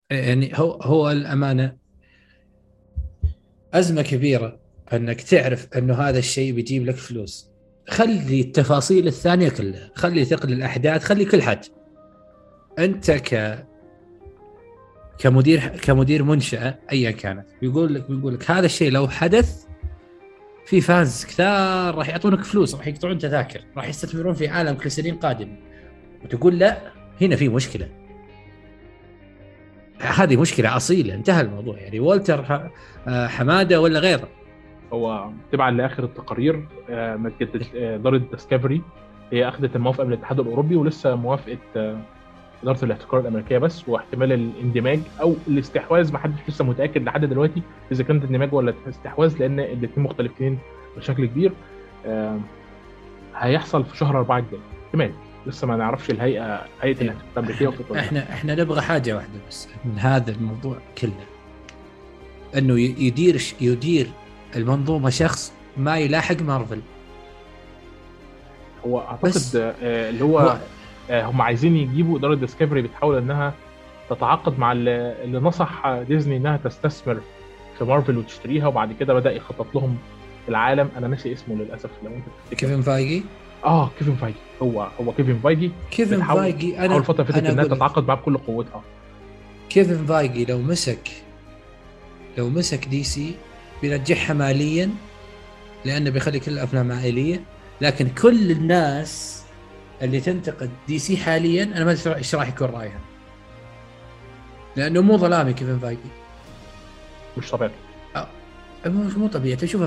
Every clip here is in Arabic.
يعني هو الامانه ازمه كبيره انك تعرف انه هذا الشيء بيجيب لك فلوس. خلي التفاصيل الثانيه كلها، خلي ثقل الاحداث، خلي كل حاجه. انت كمدير منشاه ايا كانت، بيقول لك هذا الشيء لو حدث في فانز كثار راح يعطونك فلوس، راح يقطعون تذاكر، راح يستثمرون في عالمك لسنين قادمه، وتقول لا، هنا في مشكله. هذه مشكله اصيله، انتهى الموضوع. يعني والتر حماده ولا غيره. هو تبعا لاخر التقارير اداره ديسكفري هي اخذت الموافقه من الاتحاد الاوروبي، ولسه موافقه اداره الاحتكار الامريكيه بس، واحتمال الاندماج او الاستحواذ ما حدش لسه متاكد لحد دلوقتي اذا كانت اندماج ولا استحواذ، لان الاثنين مختلفين بشكل كبير. آه، هيحصل في شهر 4 الجاي احتمال. لسه ما نعرفش هيئه أيوة. الاحتكار الامريكيه وصلت ولا لا. احنا نبغى حاجه واحده بس من هذا الموضوع كله، انه يدير المنظومه شخص ما يلاحق مارفل. هو اعتقد بس اللي هو هو هم عايزين يجيبوا اداره ديسكفري بتحاول انها تتعاقد مع اللي نصح ديزني انها تستثمر في مارفل وتشتريها، وبعد كده بدأ يخطط لهم العالم. انا ناسي اسمه للاسف، لو انت تفتكر. كيفن فايجي. كيفن فايجي. هو كيفن فايجي. كيفن فايجي بتحاول الفتره اللي فاتت انا انها اقول لك، تتعاقد معاه بكل قوتها. كيفن فايجي لو مسك دي سي بينجحها ماليا، لانه بيخلي كل الافلام عائليه. لكن كل الناس اللي تنتقد دي سي حاليا انا ما ادري ايش راح يكون رايها، لانه مو ظلامي كيفن فايجي. مش طبيعي. مو طبيعي. تشوف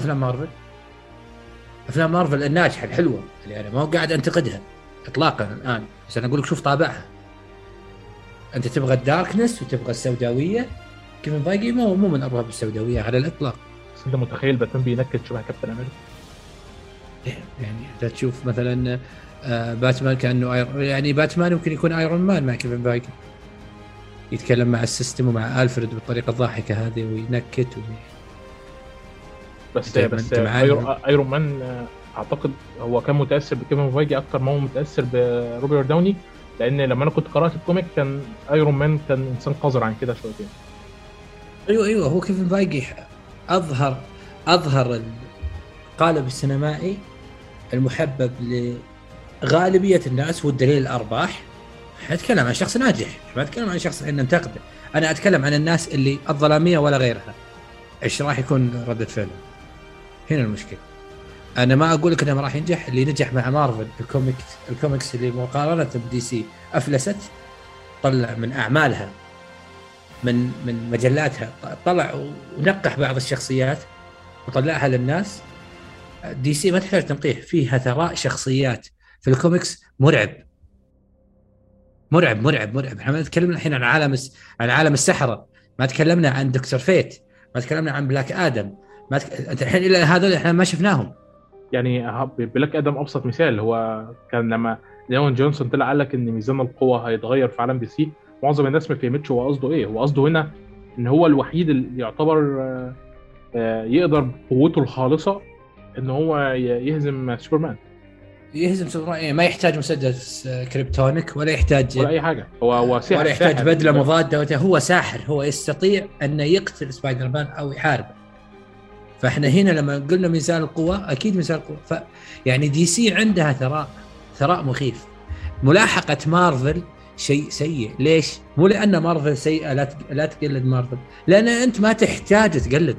افلام مارفل الناجحه الحلوه اللي انا ما هو قاعد انتقدها اطلاقا الان، بس انا اقول لك شوف طابعها. انت تبغى الداركنس وتبغى السوداويه، كيفن فايجي مو من ارباب السوداويه على الاطلاق. بس انت متخيل باتمان بينكد شبه كابتن امريكا؟ يعني انت تشوف مثلا باتمان كانه يعني باتمان ممكن يكون ايرون مان مع كيفن فايجي، يتكلم مع السيستم ومع الفريد بالطريقه الضاحكه هذه وينكت بس انت معانا. ايرون مان اعتقد هو كان متاثر بكيفن فايجي اكتر ما هو متاثر بروبرت داوني، لان لما انا كنت قرات الكوميك كان ايرون مان كان انسان قذر عن كده شويتين. ايوه هو كيفن فايجي اظهر القالب السينمائي المحبب لغالبيه الناس والدليل الارباح. اتكلم عن شخص ناجح، ما اتكلم عن شخص احنا ننتقده. انا اتكلم عن الناس اللي الظلاميه ولا غيرها، ايش راح يكون رده فعله. هنا المشكله. انا ما اقول لك انه ما راح ينجح. اللي نجح مع مارفل الكوميكس اللي مقارنه بدي سي افلست، طلع من اعمالها، من مجلاتها، طلع ونقح بعض الشخصيات وطلعها للناس. دي سي ما تحتاج تنقيح، فيها ثراء شخصيات في الكوميكس مرعب مرعب مرعب مرعب. احنا ما نتكلم الحين عن عالم السحرة، ما تكلمنا عن دكتور فيت، ما تكلمنا عن بلاك ادم، انت الحين الى هذول احنا ما شفناهم. يعني بلاك ادم ابسط مثال. هو كان لما ليون جونسون طلع قال لك ان ميزان القوه هيتغير في عالم دي سي، معظم الناس ما فهمتش هو قصده ايه. هو قصده هنا ان هو الوحيد اللي يعتبر يقدر بقوته الخالصه ان هو يهزم سوبرمان. يهزم سوبرمان إيه؟ ما يحتاج مسدس كريبتونيك، ولا يحتاج ولا اي حاجه. هو ولا يحتاج ساحر. بدله مضاده. هو ساحر، هو يستطيع ان يقتل سبايدر مان او يحاربه. فاحنا هنا لما قلنا ميزان القوه، اكيد ميزان القوه. يعني دي سي عندها ثراء مخيف. ملاحقه مارفل شيء سيء. ليش؟ مو لان مارفل سيئه لا تقلد مارفل، لان انت ما تحتاج تقلد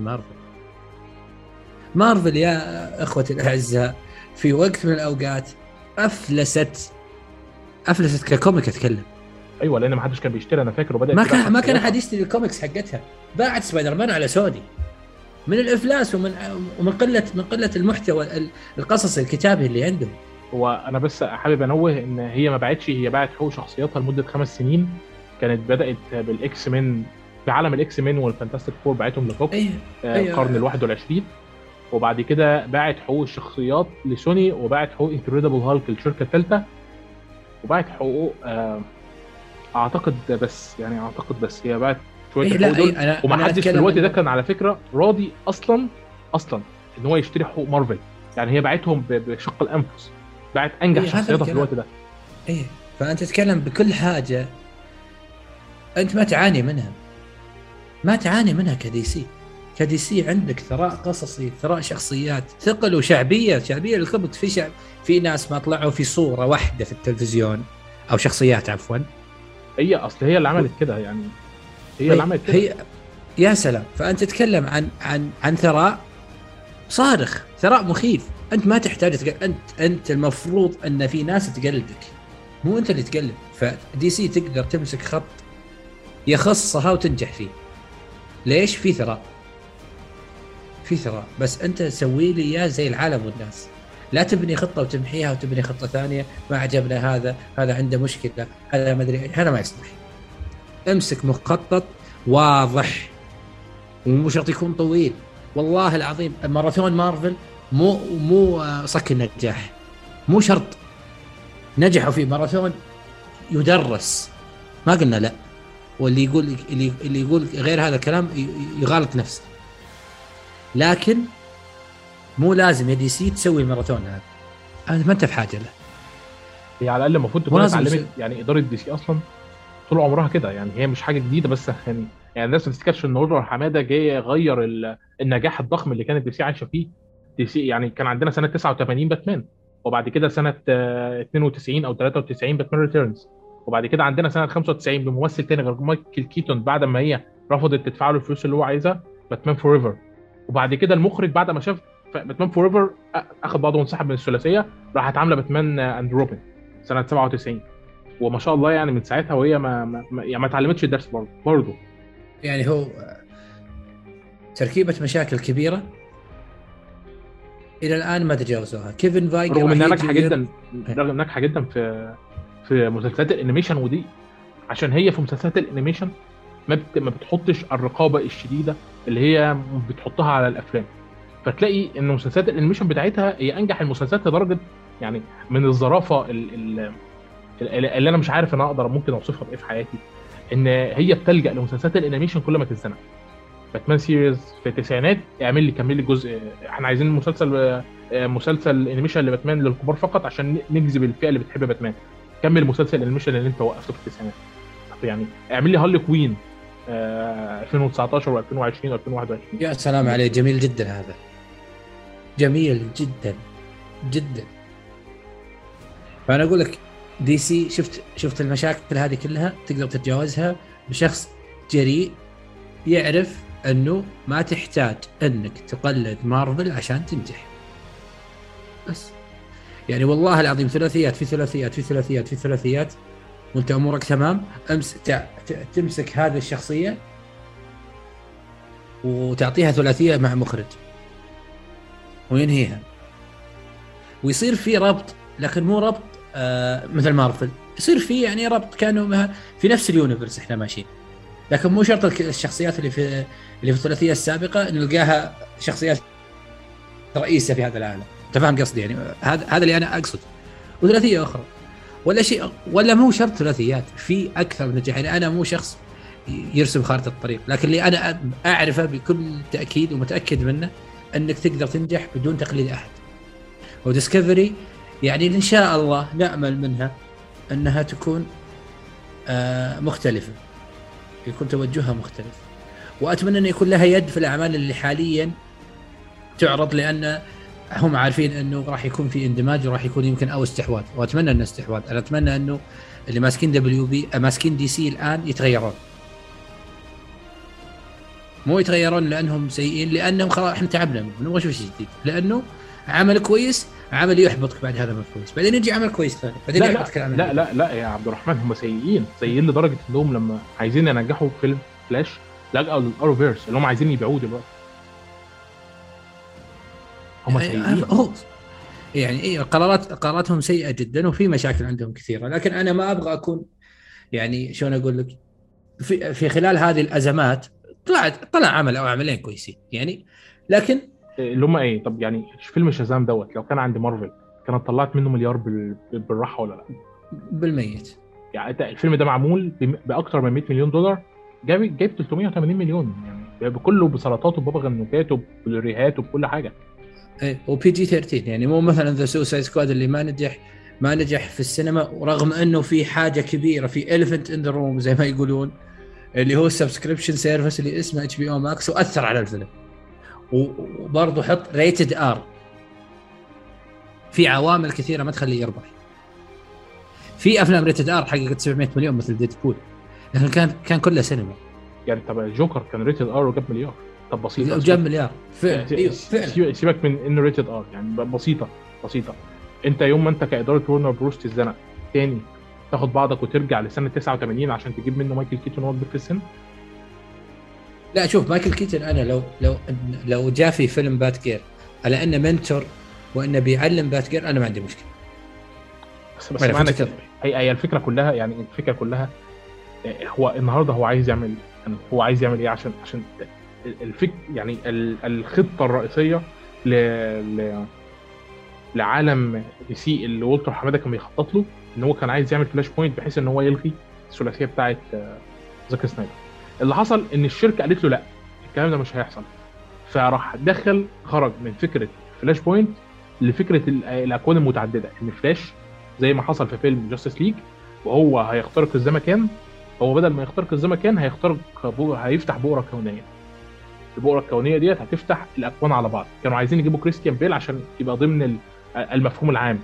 مارفل يا اخوتي الاعزاء. في وقت من الاوقات افلست ككوميك. اتكلم ايوه، لان ما حدش كان بيشتري. انا فاكر وبدا ما كان احد يشتري الكوميكس حقتها. باعت سبايدر مان على سوني من الافلاس ومن قله المحتوى القصصي الكتابي اللي عندهم. هو انا بس حابب انوه ان هي ما باعتش، هي باعت حقوق شخصياتها لمده 5 سنين. كانت بدات بالاكس مين، بعالم الاكس مين والفانتاستيك فور، باعتهم لفوكس القرن ال21. وبعد كده باعت حقوق الشخصيات لسوني، وباعت حقوق انكريدبل هالك للشركه الثالثه، وباعت حقوق اعتقد بس هي باعت شويه الحقوق دول. ومحدش في الوقت ده كان على فكره راضي اصلا ان هو يشتري حقوق مارفل. يعني هي باعتهم بشق الانفس، باعت انجح شخصياتها في الوقت ده. فانت تتكلم بكل حاجه انت ما تعاني منها. ما تعاني منها كدي سي. كدي سي عندك ثراء قصصي، ثراء شخصيات، ثقل وشعبيه للكوميكس. في ناس ما طلعوا في صوره واحده في التلفزيون او شخصيات عفوا. هي اللي عملت كده يعني، هي اللي عملت كده. هي يا سلام. فانت تتكلم عن ثراء صارخ، ثراء مخيف. انت ما تحتاج انت المفروض ان في ناس تقلدك، مو انت اللي تقلد. فدي سي تقدر تمسك خط يخصها وتنجح فيه. ليش؟ في ثراء بس انت سوي لي اياه زي العالم والناس. لا تبني خطه وتمحيها وتبني خطه ثانيه. ما عجبنا هذا عنده مشكله، هذا ما ادري، هذا ما يصلح. امسك مخطط واضح، ومو شرط يكون طويل. والله العظيم ماراثون مارفل مو صك النجاح، مو شرط نجحوا في ماراثون يدرس، ما قلنا لا. واللي يقول غير هذا الكلام يغالط نفسه. لكن مو لازم يا دي سي تسوي الماراثون هذا، ما انت في حاجه له. هي على الاقل المفروض تكون اتعلمت يعني اداره دي سي اصلا طول عمرها كده يعني. هي مش حاجه جديده، بس يعني الناس ما تفتكرش ان اولدر حماده جاي يغير النجاح الضخم اللي كانت دي سي عايشه فيه. دي سي يعني كان عندنا سنه 89 باتمان، وبعد كده سنه 92 او 93 باتمان ريتيرنز، وبعد كده عندنا سنه 95 بممثل تاني غير مايكل كيتون بعد ما هي رفضت تدفع له الفلوس اللي هو عايزها، باتمان فور. وبعد كده المخرج بعد ما شاف باتمان فور اخذ بعضه وانسحب من الثلاثيه، راحت عامله باتمان اند روبن سنه 97. وما شاء الله يعني من ساعتها وهي ما اتعلمتش الدرس برضه. يعني هو تركيبه مشاكل كبيره الى الان ما تجاوزوها. كيفن فايجي رغم انها ناجحه جدا، ناجحه جدا في مسلسلات الانيميشن، ودي عشان هي في مسلسلات الانيميشن ما بتحطش الرقابه الشديده اللي هي بتحطها على الافلام. فتلاقي ان مسلسلات الانيميشن بتاعتها هي انجح المسلسلات لدرجه يعني من الظرافه اللي انا مش عارف انا اقدر ممكن اوصفها بايه في حياتي، ان هي بتلجأ لمسلسلات الانيميشن كل ما تتزنق. باتمان سيريز في التسعينات كمل لي جزء، احنا عايزين مسلسل انيميشن لباتمان للكبار فقط عشان نجذب الفئه اللي بتحب باتمان. كمل مسلسل الانيميشن اللي انت وقفته في التسعينات. يعني اعمل لي هارلي كوين 2019 و2020 و2021. يا سلام عليه، جميل جدا هذا، جميل جدا جدا. فانا اقول لك دي سي شفت المشاكل هذه كلها تقدر تتجاوزها بشخص جريء يعرف انه ما تحتاج انك تقلد مارفل عشان تنجح. بس يعني والله العظيم ثلاثيات في ثلاثيات في ثلاثيات في ثلاثيات وانت امورك تمام. تمسك هذه الشخصيه وتعطيها ثلاثيه مع مخرج وينهيها، ويصير في ربط، لكن مو ربط مثل مارفل. يصير في يعني ربط كانوا في نفس اليونيفرس احنا ماشيين، لكن مو شرط الشخصيات اللي في الثلاثيه السابقه نلقاها شخصيات رئيسه في هذا العالم. تفهم قصدي؟ يعني هذا اللي انا اقصد. وثلاثيه اخرى ولا شيء، ولا مو شرط ثلاثيات، في اكثر من نجاح. يعني انا مو شخص يرسم خارطه الطريق، لكن اللي انا اعرفه بكل تاكيد ومتاكد منه انك تقدر تنجح بدون تقليد احد. وديسكفري يعني ان شاء الله نامل منها انها تكون مختلفه، يكون توجهها مختلف، واتمنى ان يكون لها يد في الاعمال اللي حاليا تعرض، لان هم عارفين انه راح يكون في اندماج وراح يكون يمكن او استحواذ. واتمنى انه استحواذ. انا اتمنى انه اللي ماسكين ماسكين دي سي الان يتغيرون، مو يتغيرون لانهم سيئين، لانهم خلاص احنا تعبنا نبغى نشوف شيء جديد. لانه عمل كويس، عمل يحبطك بعد هذا كويس، بعدين يجي عمل كويس ثاني، بعدين يحبطك العمل. لا يا عبد الرحمن، هم سيئين لدرجه انهم لما عايزين ينجحوا فيلم فلاش لجأوا للأروفيرس اللي هم عايزين يبيعوه دلوقتي. هم سيئين يعني قراراتهم سيئه جدا، وفي مشاكل عندهم كثيره. لكن انا ما ابغى اكون يعني شلون اقول لك، في خلال هذه الازمات طلع عمل او عملين كويسين يعني. لكن اللي هم ايه؟ طب يعني فيلم شازام دوت لو كان عند مارفل كانت طلعت منه مليار بالراحه ولا لا؟ بالميت. يعني الفيلم ده معمول باكثر من 100 مليون دولار، جايب 380 مليون، يعني بكله بسلطاته وبابا غنوجاته وبالريهات وبكل حاجه. ايه وبي جي 13 يعني مو مثلا ذا سوسايد سكواد اللي ما نجح في السينما، ورغم انه في حاجه كبيره، في elephant in the room زي ما يقولون، اللي هو السبسكريبشن سيرفيس اللي اسمه اتش بي او ماكس، واثر على الفيلم. وبرضه حط ريتد ار، في عوامل كثيره ما تخليه يربح. في افلام ريتد ار حققت 700 مليون مثل ديدبول، لكن كان كله سينما. يعني طب الجوكر كان ريتد ار وجاب مليار، طب بسيطه جاب مليار فعلا. ايوه فعلا. سيبك من انه ريتد ار، يعني بسيطه. انت يوم ما انت كاداره ورنر بروس تتزنق تاني تاخد بعضك وترجع لسنه 89 عشان تجيب منه مايكل كيتون وهو كبير في السن. لا شوف مايكل كيتون، انا لو جاء في فيلم بات جير على انه منتور وانه بيعلم بات جير، انا ما عندي مشكله. بس معنى كده هي الفكره كلها، يعني الفكره كلها هو النهارده هو عايز يعمل، يعني هو عايز يعمل ايه عشان يعني الخطه الرئيسيه لعالم دي سي اللي والتر حماده كان بيخطط له، ان هو كان عايز يعمل فلاش بوينت بحيث ان هو يلغي الثلاثيه بتاعه زاك سنايدر. اللي حصل ان الشركه قالت له لا، الكلام ده مش هيحصل، فراح خرج من فكره فلاش بوينت لفكره الاكوان المتعدده، ان فلاش زي ما حصل في فيلم جاستس ليج وهو هيخترق الزمكان، هو بدل ما يخترق الزمكان هيفتح بؤره كونيه. البؤره الكونيه ديت هتفتح الاكوان على بعض. كانوا عايزين يجيبوا كريستيان بيل عشان يبقى ضمن المفهوم العام.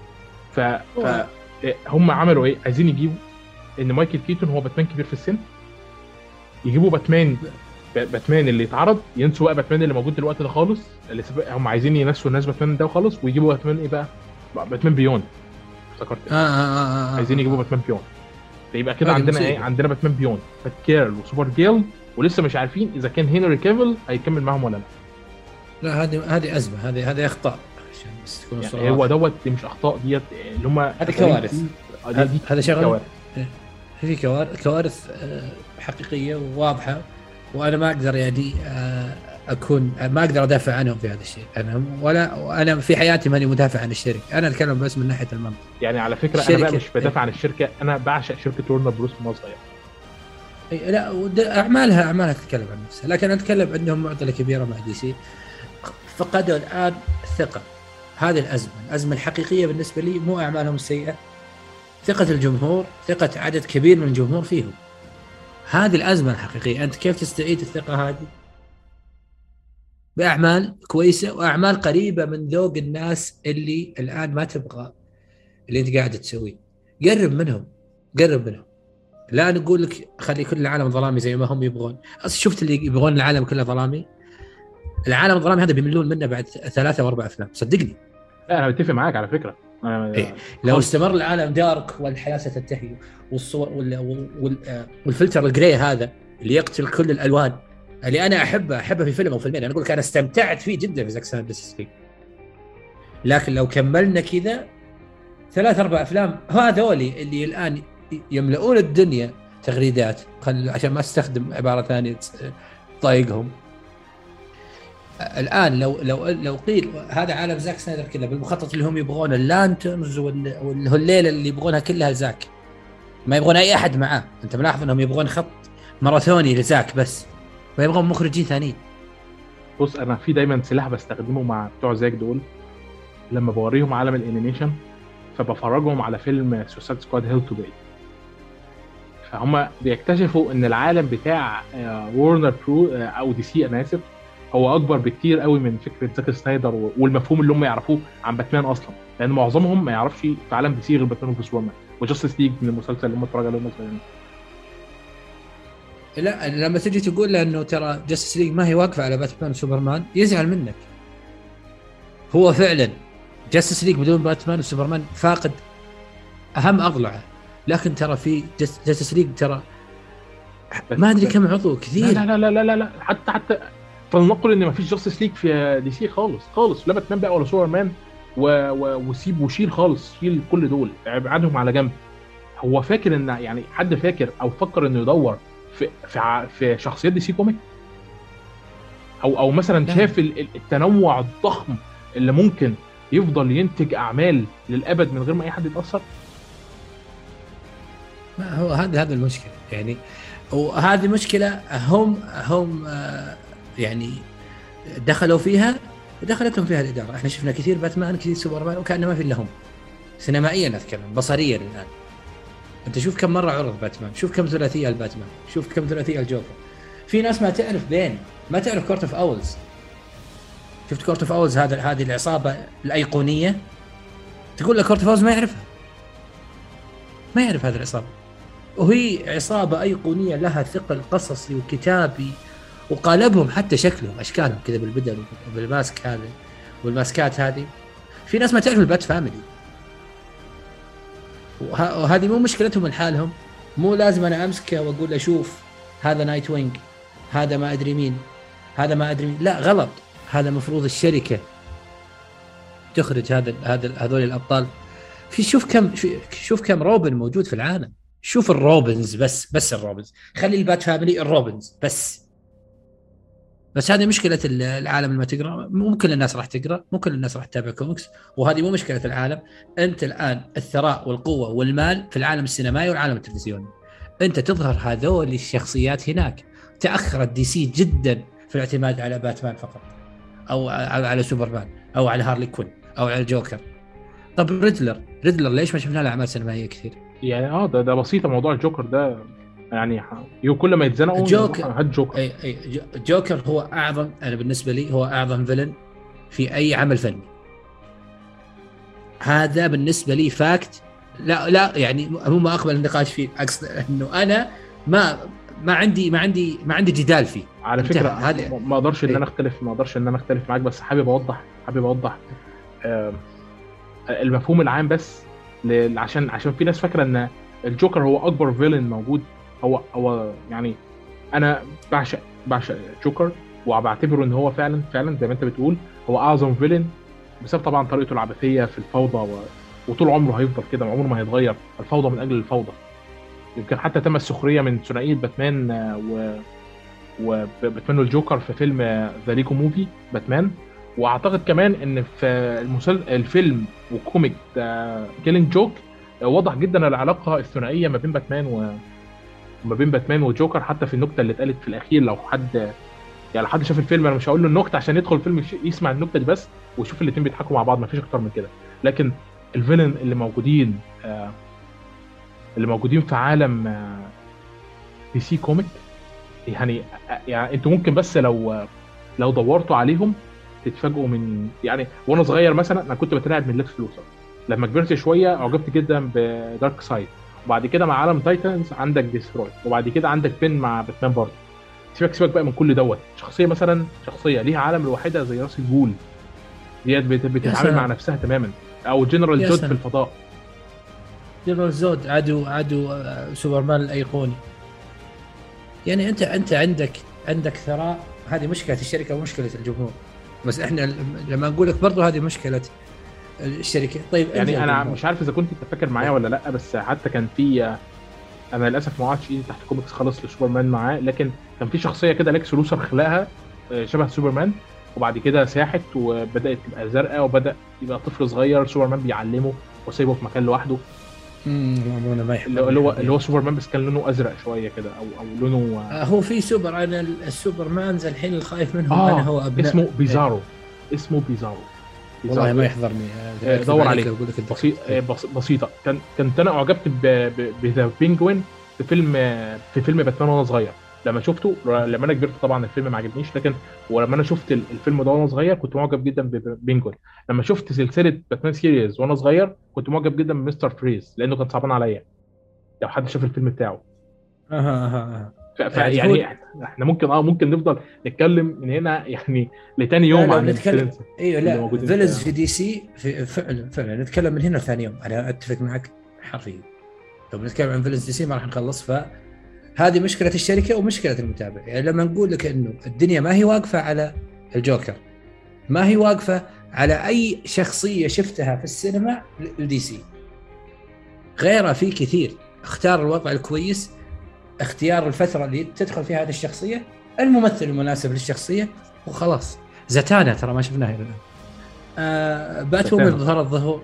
فهم عملوا ايه؟ عايزين يجيبوا ان مايكل كيتون هو باتمان كبير في السن، يجيبوا باتمان اللي يتعرض، ينسوا بقى باتمان اللي موجود دلوقتي ده خالص، اللي هم عايزين ينسوا الناس باتمان ده خالص، ويجيبوا باتمان ايه بقى؟ باتمان بيون. افتكرت عايزين يجيبوا باتمان بيون. فيبقى كده عندنا ايه؟ عندنا باتمان بيون، بات كيرل وسوبر جيل، ولسه مش عارفين اذا كان هنري كافيل هيكمل معهم ولا لا. لا هذه ازمه، هذه اخطاء عشان بس تكون يعني هو دوت مش اخطاء ديت اللي هم هذه كوارث. هذا شغل في كوارث حقيقيه وواضحه، وانا ما اقدر يعني ما اقدر ادافع عنهم في هذا الشيء. انا في حياتي ماني مدافع عن الشركه، انا اتكلم بس من ناحيه المنطق. يعني على فكره انا بقى مش بدافع عن الشركه، انا بعشق شركه ورنر بروس من صغير. لا اعمالها تتكلم عن نفسها، لكن اتكلم عندهم معضله كبيره مع دي سي. فقدوا الان الثقه. هذه الازمه الحقيقيه بالنسبه لي مو اعمالهم السيئه، ثقه الجمهور، ثقه عدد كبير من الجمهور فيهم. هذه الازمه الحقيقيه. انت كيف تستعيد الثقه هذه؟ باعمال كويسه واعمال قريبه من ذوق الناس اللي الان ما تبغى اللي انت قاعد تسويه. قرب منهم. لا نقول لك خلي كل العالم ظلامي زي ما هم يبغون. شفت اللي يبغون العالم كله ظلامي؟ العالم الظلامي هذا بيملون منه بعد 3 و4 أفلام، صدقني. لا انا متفق معاك على فكره. لو استمر العالم دارك والحياه ستنتهي، والصور والفلتر الجراي هذا اللي يقتل كل الالوان اللي انا احبها في فيلم او فيلمين، انا اقول لك انا استمتعت فيه جدا في زاك سنايدر، لكن لو كملنا كذا 3-4 أفلام هذولي اللي الان يملؤون الدنيا تغريدات، عشان ما استخدم عباره ثانيه تضايقهم. الان لو قيل هذا عالم زاك سنايدر كله بالمخطط اللي هم يبغون، اللانترنز والهليله اللي يبغونها كلها زاك، ما يبغون اي احد معاه. انت ملاحظ انهم يبغون خط ماراثوني لزاك بس، ما يبغون مخرجين ثانيين. بص انا في دايما سلاح بستخدمه مع بتوع زاك دول، لما بوريهم عالم الانيميشن فبفرجهم على فيلم سوسايد سكواد هيل تو باي، فهم بيكتشفوا ان العالم بتاع وورنر برو او دي سي انا اسف هو اكبر بكتير قوي من فكره زاك سنايدر والمفهوم اللي هم يعرفوه عن باتمان اصلا، لان معظمهم ما يعرفش في عالم دي سي غير باتمان وسوبرمان وجاستس ليج من المسلسل اللي هم اتفرجوا عليه مثلا. لا لما تجي تقول له انه ترى جاستس ليج ما هي واقفه على باتمان وسوبرمان يزعل منك. هو فعلا جاستس ليج بدون باتمان وسوبرمان فاقد اهم اضلعه، لكن ترى في جاستس ليج ترى ما ادري كم عضو كثير. لا لا لا لا لا حتى فلنقل ان ما فيش جاستس ليج في دي سي خالص، لا باتمان بقى ولا سوبرمان وسيب وشيل خالص، شيل كل دول ابعدهم على جنب. هو فاكر ان يعني حد فاكر او فكر انه يدور في شخصيات دي سي كوميك او مثلا شاف التنوع الضخم اللي ممكن يفضل ينتج اعمال للابد من غير ما اي حد يتاثر. ما هو هذا المشكله يعني، وهذه مشكله هم يعني دخلتهم فيها الاداره. احنا شفنا كثير باتمان كثير سوبرمان وكأنه ما في لهم سينمائيا، اذكر بصريا الان انت شوف كم مره عرض باتمان، شوف كم ثلاثيه الباتمان، شوف كم ثلاثيه الجوكر. في ناس ما تعرف بين، ما تعرف كورت اوف اولز. شفت كورت اوف اولز؟ هذه العصابه الايقونيه، تقول لك كورت اوف اولز ما يعرفها، ما يعرف هذه العصابه، وهي عصابه ايقونيه لها ثقل قصصي وكتابي، وقالبهم حتى شكلهم اشكالهم كذا بالبدل وبالماسك هذا والماسكات هذه. في ناس ما تعرف البات فاميلي، وهذه مو مشكلتهم لحالهم، مو لازم انا امسكه واقول له شوف هذا نايت وينج، هذا ما ادري مين، هذا ما ادري مين. لا غلط، هذا مفروض الشركه تخرج هذول الابطال. شوف كم روبن موجود في العالم، شوف الروبنز، بس الروبنز، خلي البات فاميلي الروبنز بس هذه مشكلة العالم. لما تقرأ مو كل الناس راح تقرأ، مو كل الناس راح تتابع كوميكس، وهذه مو مشكلة العالم. أنت الآن الثراء والقوة والمال في العالم السينمائي والعالم التلفزيوني، أنت تظهر هذول الشخصيات هناك. تأخرت دي سي جدا في الاعتماد على باتمان فقط، أو على سوبرمان، أو على هارلي كوين، أو على الجوكر. طب ريدلر ليش ما شفنا له أعمال سينمائية كثير؟ يعني ده بسيطة. موضوع الجوكر ده يعني كل ما يتزنقوا جوكر. جوكر هو اعظم، انا بالنسبه لي هو اعظم فيلن في اي عمل فني. هذا بالنسبه لي فاكت. لا يعني مو ما اقبل النقاش فيه، اقصد انه انا ما عندي جدال فيه. على فكره ما اقدرش ان انا اختلف معاك، بس حابب اوضح المفهوم العام بس، عشان في ناس فاكره ان الجوكر هو اكبر فيلن موجود. هو يعني انا بعشق جوكر، وبعتبره ان هو فعلا زي ما انت بتقول هو اعظم فيلن، بسبب طبعا طريقته العبثيه في الفوضى، وطول عمره هيفضل كده، عمره ما هيتغير. الفوضى من اجل الفوضى. يمكن حتى تم السخريه من ثنائيه باتمان وباتمان والجوكر في فيلم ذا ليجو موفي باتمان. واعتقد كمان ان في الفيلم وكوميك كيلينج جوك وضح جدا العلاقه الثنائيه ما بين باتمان وجوكر، حتى في النكته اللي اتقالت في الاخير. لو حد شاف الفيلم، انا مش هقول له النكته عشان يدخل الفيلم يسمع النكته دي بس ويشوف الاثنين بيضحكوا مع بعض، ما فيش اكتر من كده. لكن الفيلن اللي موجودين في عالم دي سي كوميك، يعني انتوا ممكن بس لو دورتوا عليهم تتفاجئوا من يعني. وانا صغير مثلا انا كنت بترعب من ليكس لوثر. لما كبرت شويه اعجبت جدا بدارك سايد، وبعد كده مع عالم تايتنز عندك ديستروي، وبعد كده عندك بين مع باتمان برضه. سيبك بقى من كل دوت. شخصيه ليها عالم لوحدها زي راس الجول ديت، بتتعامل مع نفسها تماما. او جنرال زود في الفضاء. جنرال زود عدو سوبرمان الايقوني. يعني انت عندك ثراء. هذه مشكله الشركه ومشكله الجمهور، بس احنا لما نقول لك برضه هذه مشكله الشركه. طيب يعني انا مش عارف اذا كنت تفكر معايا ولا لا، بس حتى كان في انا للاسف ما قعدتش ايدي تحت كوميكس خالص لسوبرمان معاه، لكن كان في شخصيه كده ليكس لوثر خلقها شبه سوبرمان، وبعد كده ساحت وبدات تبقى زرقاء، وبدا يبقى طفل صغير سوبرمان بيعلمه وسايبه في مكان لوحده. اللي هو سوبرمان، بس كان لونه ازرق شويه كده، او لونه هو في انا السوبرمان الحين الخايف منهم انا هو ابناء اسمه بيزارو. والله ما يحضرني. دور عليه. بسيطه. كنت انا اعجبت بذا بينجوين في فيلم باتمان وانا صغير. لما شفته، لما انا كبرت طبعا الفيلم ما عجبنيش، لكن ولما انا شفت الفيلم ده وانا صغير كنت معجب جدا ببينجوين. لما شفت سلسله باتمان سيريز وانا صغير كنت معجب جدا بمستر فريز، لانه كان صعبان عليا. لو حد شاف الفيلم بتاعه يعني احنا ممكن نفضل نتكلم من هنا يعني لتاني يوم عن نتكلم. ايوه لا فيلز في دي سي فعلا نتكلم من هنا لثاني يوم. انا اتفق معك حرفيا. لو بنتكلم عن فيلز دي سي ما راح نخلص. فهذه مشكله الشركه ومشكله المتابع. يعني لما نقول لك انه الدنيا ما هي واقفه على الجوكر، ما هي واقفه على اي شخصيه شفتها في السينما لدي سي، غيرها في كثير. اختار الوضع الكويس، اختيار الفترة اللي تدخل فيها هذه الشخصية، الممثل المناسب للشخصية، وخلاص. زتانا ترى ما شفناها الآن. باتومان ظهر الظهور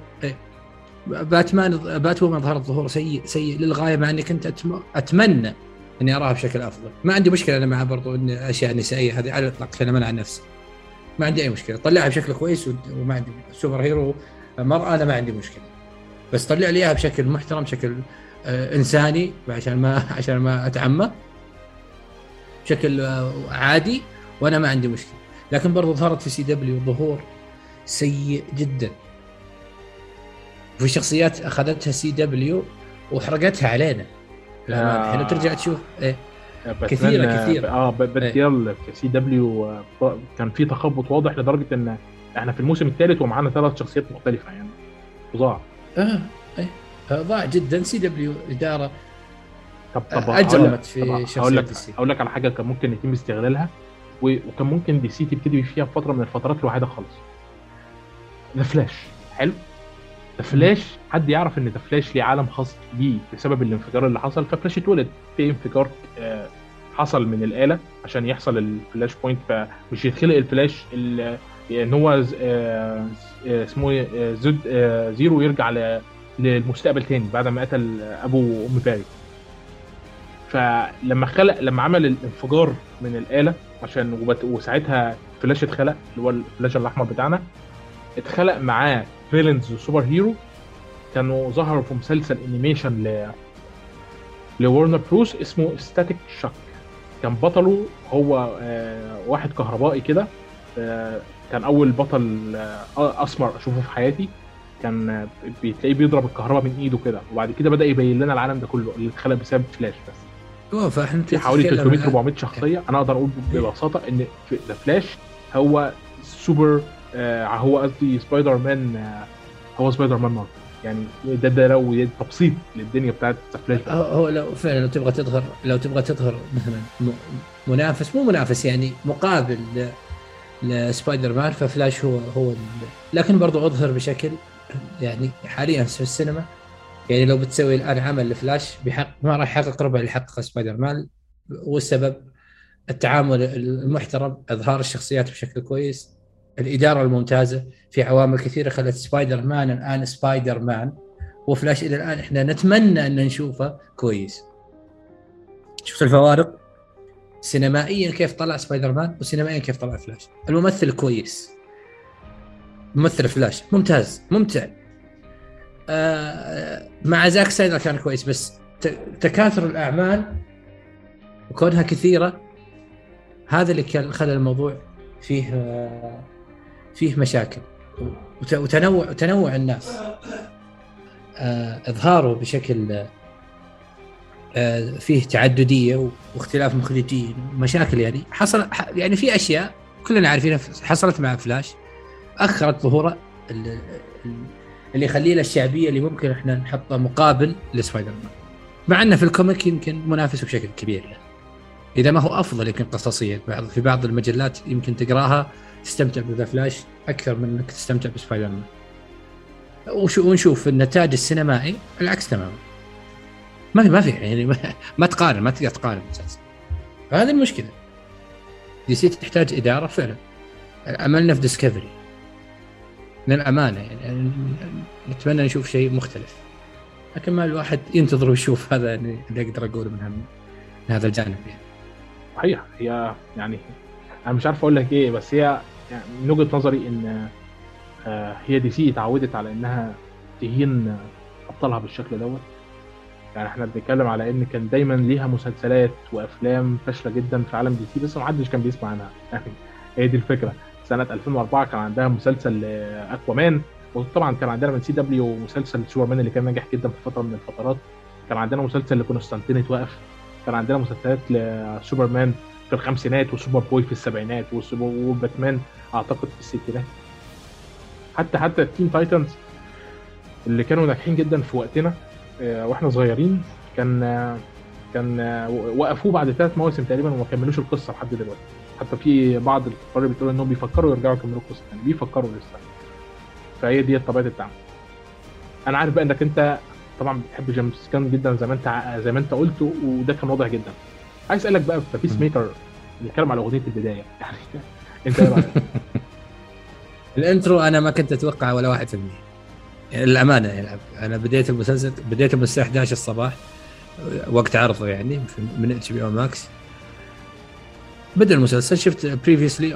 باتومان ظهر الظهور سيء للغاية، مع اني كنت اتمنى اني اراها بشكل افضل. ما عندي مشكلة انا معها برضو ان اشياء نسائية هذه على الاطلاق، انا عن نفسي ما عندي اي مشكلة. طلعها بشكل كويس وما عندي سوبر هيرو مرأة، انا ما عندي مشكلة، بس طلع لي اياها بشكل محترم، بشكل انساني عشان ما اتعمى بشكل عادي، وانا ما عندي مشكله. لكن برضو ظهرت في CW ظهور سيء جدا، وفي شخصيات اخذتها CW وحرقتها علينا. الحين ترجع تشوف كثيره باتيال في CW كان في تخبط واضح لدرجه ان احنا في الموسم الثالث ومعانا 3 شخصيات مختلفه يعني ضاع. ضاع جدا. CW اداره طب اجرمت في شخصيات DC. اقول لك على حاجه كان ممكن يتم استغلالها وكان ممكن DC تبتدي فيها في فتره من الفترات لوحدها خالص. ذا فلاش حلو. ذا فلاش حد يعرف ان ذا فلاش ليه عالم خاص بيه بسبب الانفجار اللي حصل، ففلاش اتولد في انفجار حصل من الآلة عشان يحصل الفلاش بوينت، فمش يتخلق الفلاش ان هو اسمه زد زيرو يرجع للمستقبل تاني بعد ما قتل ابو ام باري. فلما عمل الانفجار من الآلة عشان وساعتها فلاش اتخلق، اللي هو الفلاش الاحمر بتاعنا، اتخلق معاه فيلنز وسوبر هيرو كانوا ظهروا في مسلسل انيميشن لورنر بروس اسمه ستاتيك شوك. كان بطله هو واحد كهربائي كده، كان اول بطل اسمر اشوفه في حياتي. كان بتلاقيه بيضرب الكهرباء من ايده كده، وبعد كده بدا يبين لنا العالم ده كله اللي اتخلق بسبب فلاش. بس فاحنا في حوالي 300 400 شخصيه. انا اقدر اقول ببساطه ان ذا فلاش هو سوبر هو قصدي سبايدر مان، هو سبايدر مان مارفل يعني. ده لو تبسيط للدنيا بتاعت ذا فلاش. هو لو فعلا لو تبغى تظهر مثلا مو منافس يعني مقابل لسبايدر مان، ففلاش هو لكن برضو اظهر بشكل يعني حاليا في السينما. يعني لو بتسوي الان عمل لفلاش ما راح يحقق ربع اللي حققه سبايدر مان، والسبب التعامل المحترم، اظهار الشخصيات بشكل كويس، الاداره الممتازه. في عوامل كثيره خلت سبايدر مان الان سبايدر مان، وفلاش الى الان احنا نتمنى ان نشوفه كويس. شفت الفوارق سينمائيا كيف طلع سبايدر مان، وسينمائيا كيف طلع فلاش. الممثل كويس، ممثل فلاش ممتاز ممتع. مع زاك سايدر كان كويس، بس تكاثر الأعمال وكونها كثيرة هذا اللي كان خلى الموضوع فيه مشاكل. وتنوع الناس، إظهاره بشكل فيه تعددية واختلاف مخرجين، مشاكل يعني حصل يعني في أشياء كلنا عارفينها حصلت مع فلاش، أخرت ظهوره اللي يخليه له الشعبية اللي ممكن احنا نحطه مقابل لسبايدر مان، مع انه في الكوميك يمكن منافس بشكل كبير يعني. اذا ما هو افضل يمكن قصصيا، في بعض المجلات يمكن تقراها تستمتع بذا فلاش اكثر من انك تستمتع بسبايدر مان. ونشوف النتاج السينمائي العكس تماما. ما في يعني ما تقارن، ما تقدر تقارن اساسا. هذه المشكله. DC تحتاج اداره فعلا. عملنا في ديسكفري للأمانة يعني نتمنى نشوف شيء مختلف، لكن ما الواحد ينتظر ويشوف. هذا اللي أقدر أقوله من هذا الجانب يعني. صحيح. هي يعني أنا مش عارف أقول لك إيه، بس هي يعني من وجهة نظري إن هي DC اتعودت على إنها تهين أبطالها بالشكل دوت. يعني إحنا بنتكلم على إن كان دايما ليها مسلسلات وأفلام فاشلة جدا في عالم DC بس ما حدش كان بيسمع عنها يعني. هي دي الفكرة. سنة 2004 كان عندها مسلسل أكوامان، وطبعا كان عندنا من CW مسلسل سوبرمان اللي كان ناجح جدا في فترة من الفترات. كان عندنا مسلسل لكونستانتين اتوقف. كان عندنا مسلسلات لسوبرمان في الخمسينات، وسوبر بوي في السبعينات، وباتمان أعتقد في الستينات. حتى تين تايتنز اللي كانوا ناجحين جدا في وقتنا واحنا صغيرين كان وقفوه بعد 3 مواسم تقريبا وما كملوش القصة لحد دلوقتي. حتى في بعض الكفار بيقولوا انهم بيفكروا يرجعوا يكملوا القصه يعني، بيفكروا لسه. فهي دي طبيعه الدعم. انا عارف بقى انك انت طبعا بتحب جيمس كان جدا زي ما انت قلت، وده كان واضح جدا. عايز اسالك بقى في بيس ميكر نتكلم على اغنيه البدايه يعني انت ايه رايك؟ الانترو انا ما كنت اتوقع ولا 1% يعني الامانه. يعني انا بديت المسلسل الساعه 11 الصباح وقت عرضه يعني من HBO Max. بدأ المسلسل شفت previously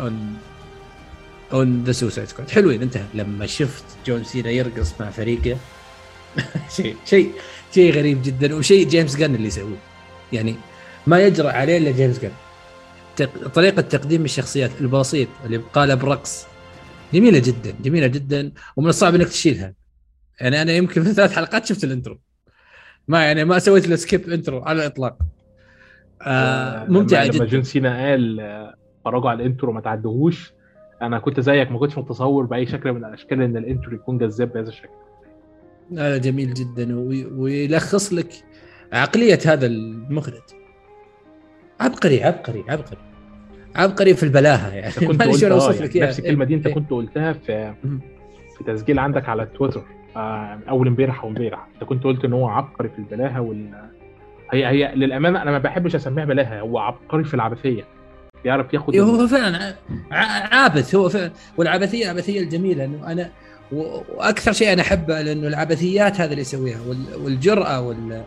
on the Suicide Squad حلوين، انتهى. لما شفت جون سينا يرقص مع فريقه شيء غريب جدا، وشيء جيمس جن اللي يسويه، يعني ما يجرأ عليه الا جيمس جن. طريقه تقديم الشخصيات البسيط اللي بقالب رقص جميله جدا، جميله جدا، ومن الصعب انك تشيلها. يعني انا يمكن في 3 حلقات شفت الانترو، ما سويت له سكيب انترو على الاطلاق. ممتعه جدا. لما جون سينا قال فرجوا على الانترو ما تعدوهوش، انا كنت زيك ما كنتش متصور باي شكل من الاشكال ان الانترو يكون جذاب بهذا الشكل. لا جميل جدا، ويلخص لك عقليه هذا المخرج. عبقري عبقري عبقري عبقري في البلاهه، يعني ما ادري شلون اوصف لك نفس الكلمه دي انت كنت قلتها في تسجيل عندك على تويتر اول امبارح او امبارح. انت كنت قلت ان هو عبقري في البلاهه هي للامانه انا ما بحبش اسميها بلاهه، هو عبقري في العبثيه، يعرف ياخد هو فعلا عابث، هو فعلا. والعبثيه الجميله انه انا واكثر شيء انا احبه لانه العبثيات هذا اللي يسويها والجرأه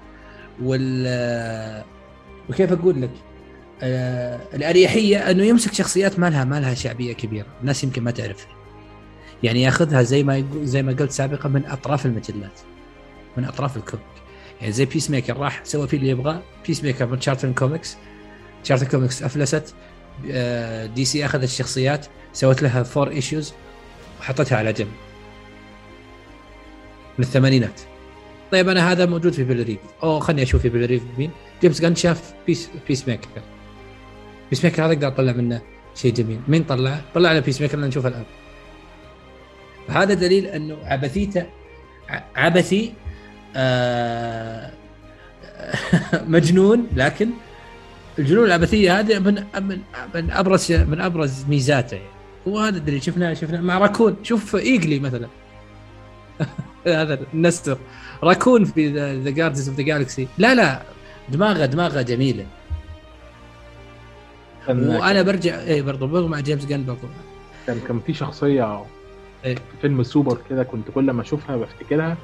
وكيف اقول لك الاريحيه، انه يمسك شخصيات ما لها شعبيه كبيره، الناس يمكن ما تعرفها، يعني ياخذها زي ما قلت سابقا من اطراف المجلات، من اطراف الكوميك. يعني زي بيس ميكر راح سوى فيه اللي يبغاه، بيس ميكر من تشارلتون كوميكس افلست، دي سي اخذت الشخصيات سوت لها 4 ايشوز وحطتها على جنب من الثمانينات. طيب انا هذا موجود في بيل ريف، خلني اشوف في بيل ريف مين. جيمس جان شاف بيس ميكر هذا اقدر اطلع منه شيء جميل. مين طلع على بيس ميكر اللي نشوفه الان. هذا دليل انه عبثيته عبثي مجنون، لكن الجنون العبثيه هذه من ابرز ميزاته يعني. وهذا اللي شفناه مع راكون. شوف ايجلي مثلا هذا النستر راكون في ذا جاردنز اوف ذا جالكسي، لا دماغه جميله. وانا برجع برضو مع جيمس جان برضو كان في شخصيه في فيلم سوبر كده، كنت كل ما اشوفها بفتكرها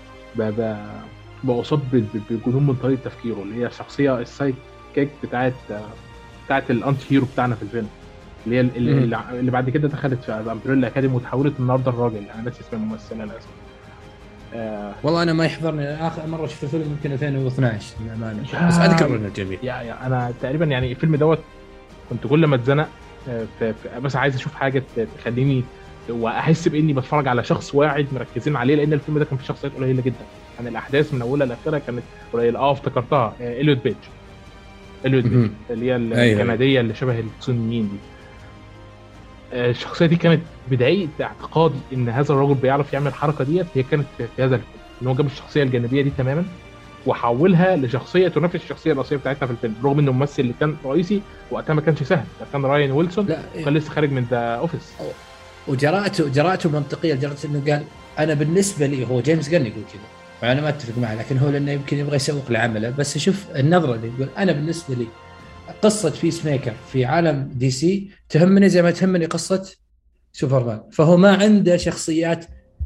بأصاب بجنون من طريقه تفكيره، اللي هي شخصيه السايد كيك بتاعت الانتي هيرو بتاعنا في الفيلم، اللي هي اللي بعد كده دخلت في امبريلا اكاديمي وتحولت النهارده الراجل. انا ناسي اسم الممثله للاسف. والله انا ما يحضرني، اخر مره شفت الفيلم يمكن 2012 بس اذكر انه جميل. يا انا تقريبا يعني الفيلم دوت كنت كل ما اتزنق بس عايز اشوف حاجه تخليني واحس باني بتفرج على شخص واحد مركزين عليه، لان الفيلم ده كان فيه شخصيات قليله جدا، يعني الاحداث من اولها لاخرها كانت قليله. افتكرتها إليوت بيج اللي هي الكنديه اللي شبه الصينيين دي. الشخصيه دي كانت بدايه اعتقادي ان هذا الرجل بيعرف يعمل الحركه ديت، هي كانت في هذا الفيلم، ان هو جاب الشخصيه الجانبيه دي تماما وحولها لشخصيه تنافس الشخصيه الرئيسيه بتاعتنا في الفيلم، رغم انه الممثل اللي كان رئيسي وقتها ما كانش سهل، كان راين ويلسون، كان لسه خارج من ذا اوفيس. وجراءته منطقيه لدرجه انه قال انا بالنسبه لي، هو جيمس جان يقول كذا وانا ما اتفق معه، لكن هو لانه يمكن يبغى يسوق لعمله، بس شوف النظره اللي يقول انا بالنسبه لي قصه بيس ميكر في عالم دي سي تهمني زي ما تهمني قصه سوبرمان. فهو ما عنده شخصيات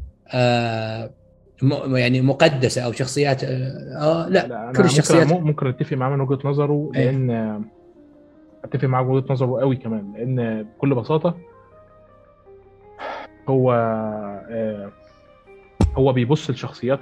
يعني مقدسه او شخصيات لا كل الشخصيات ممكن اتفق معاه من وجهه نظره، لان اتفق معاه من وجهه نظره قوي كمان، لان بكل بساطه هو بيبص لشخصيات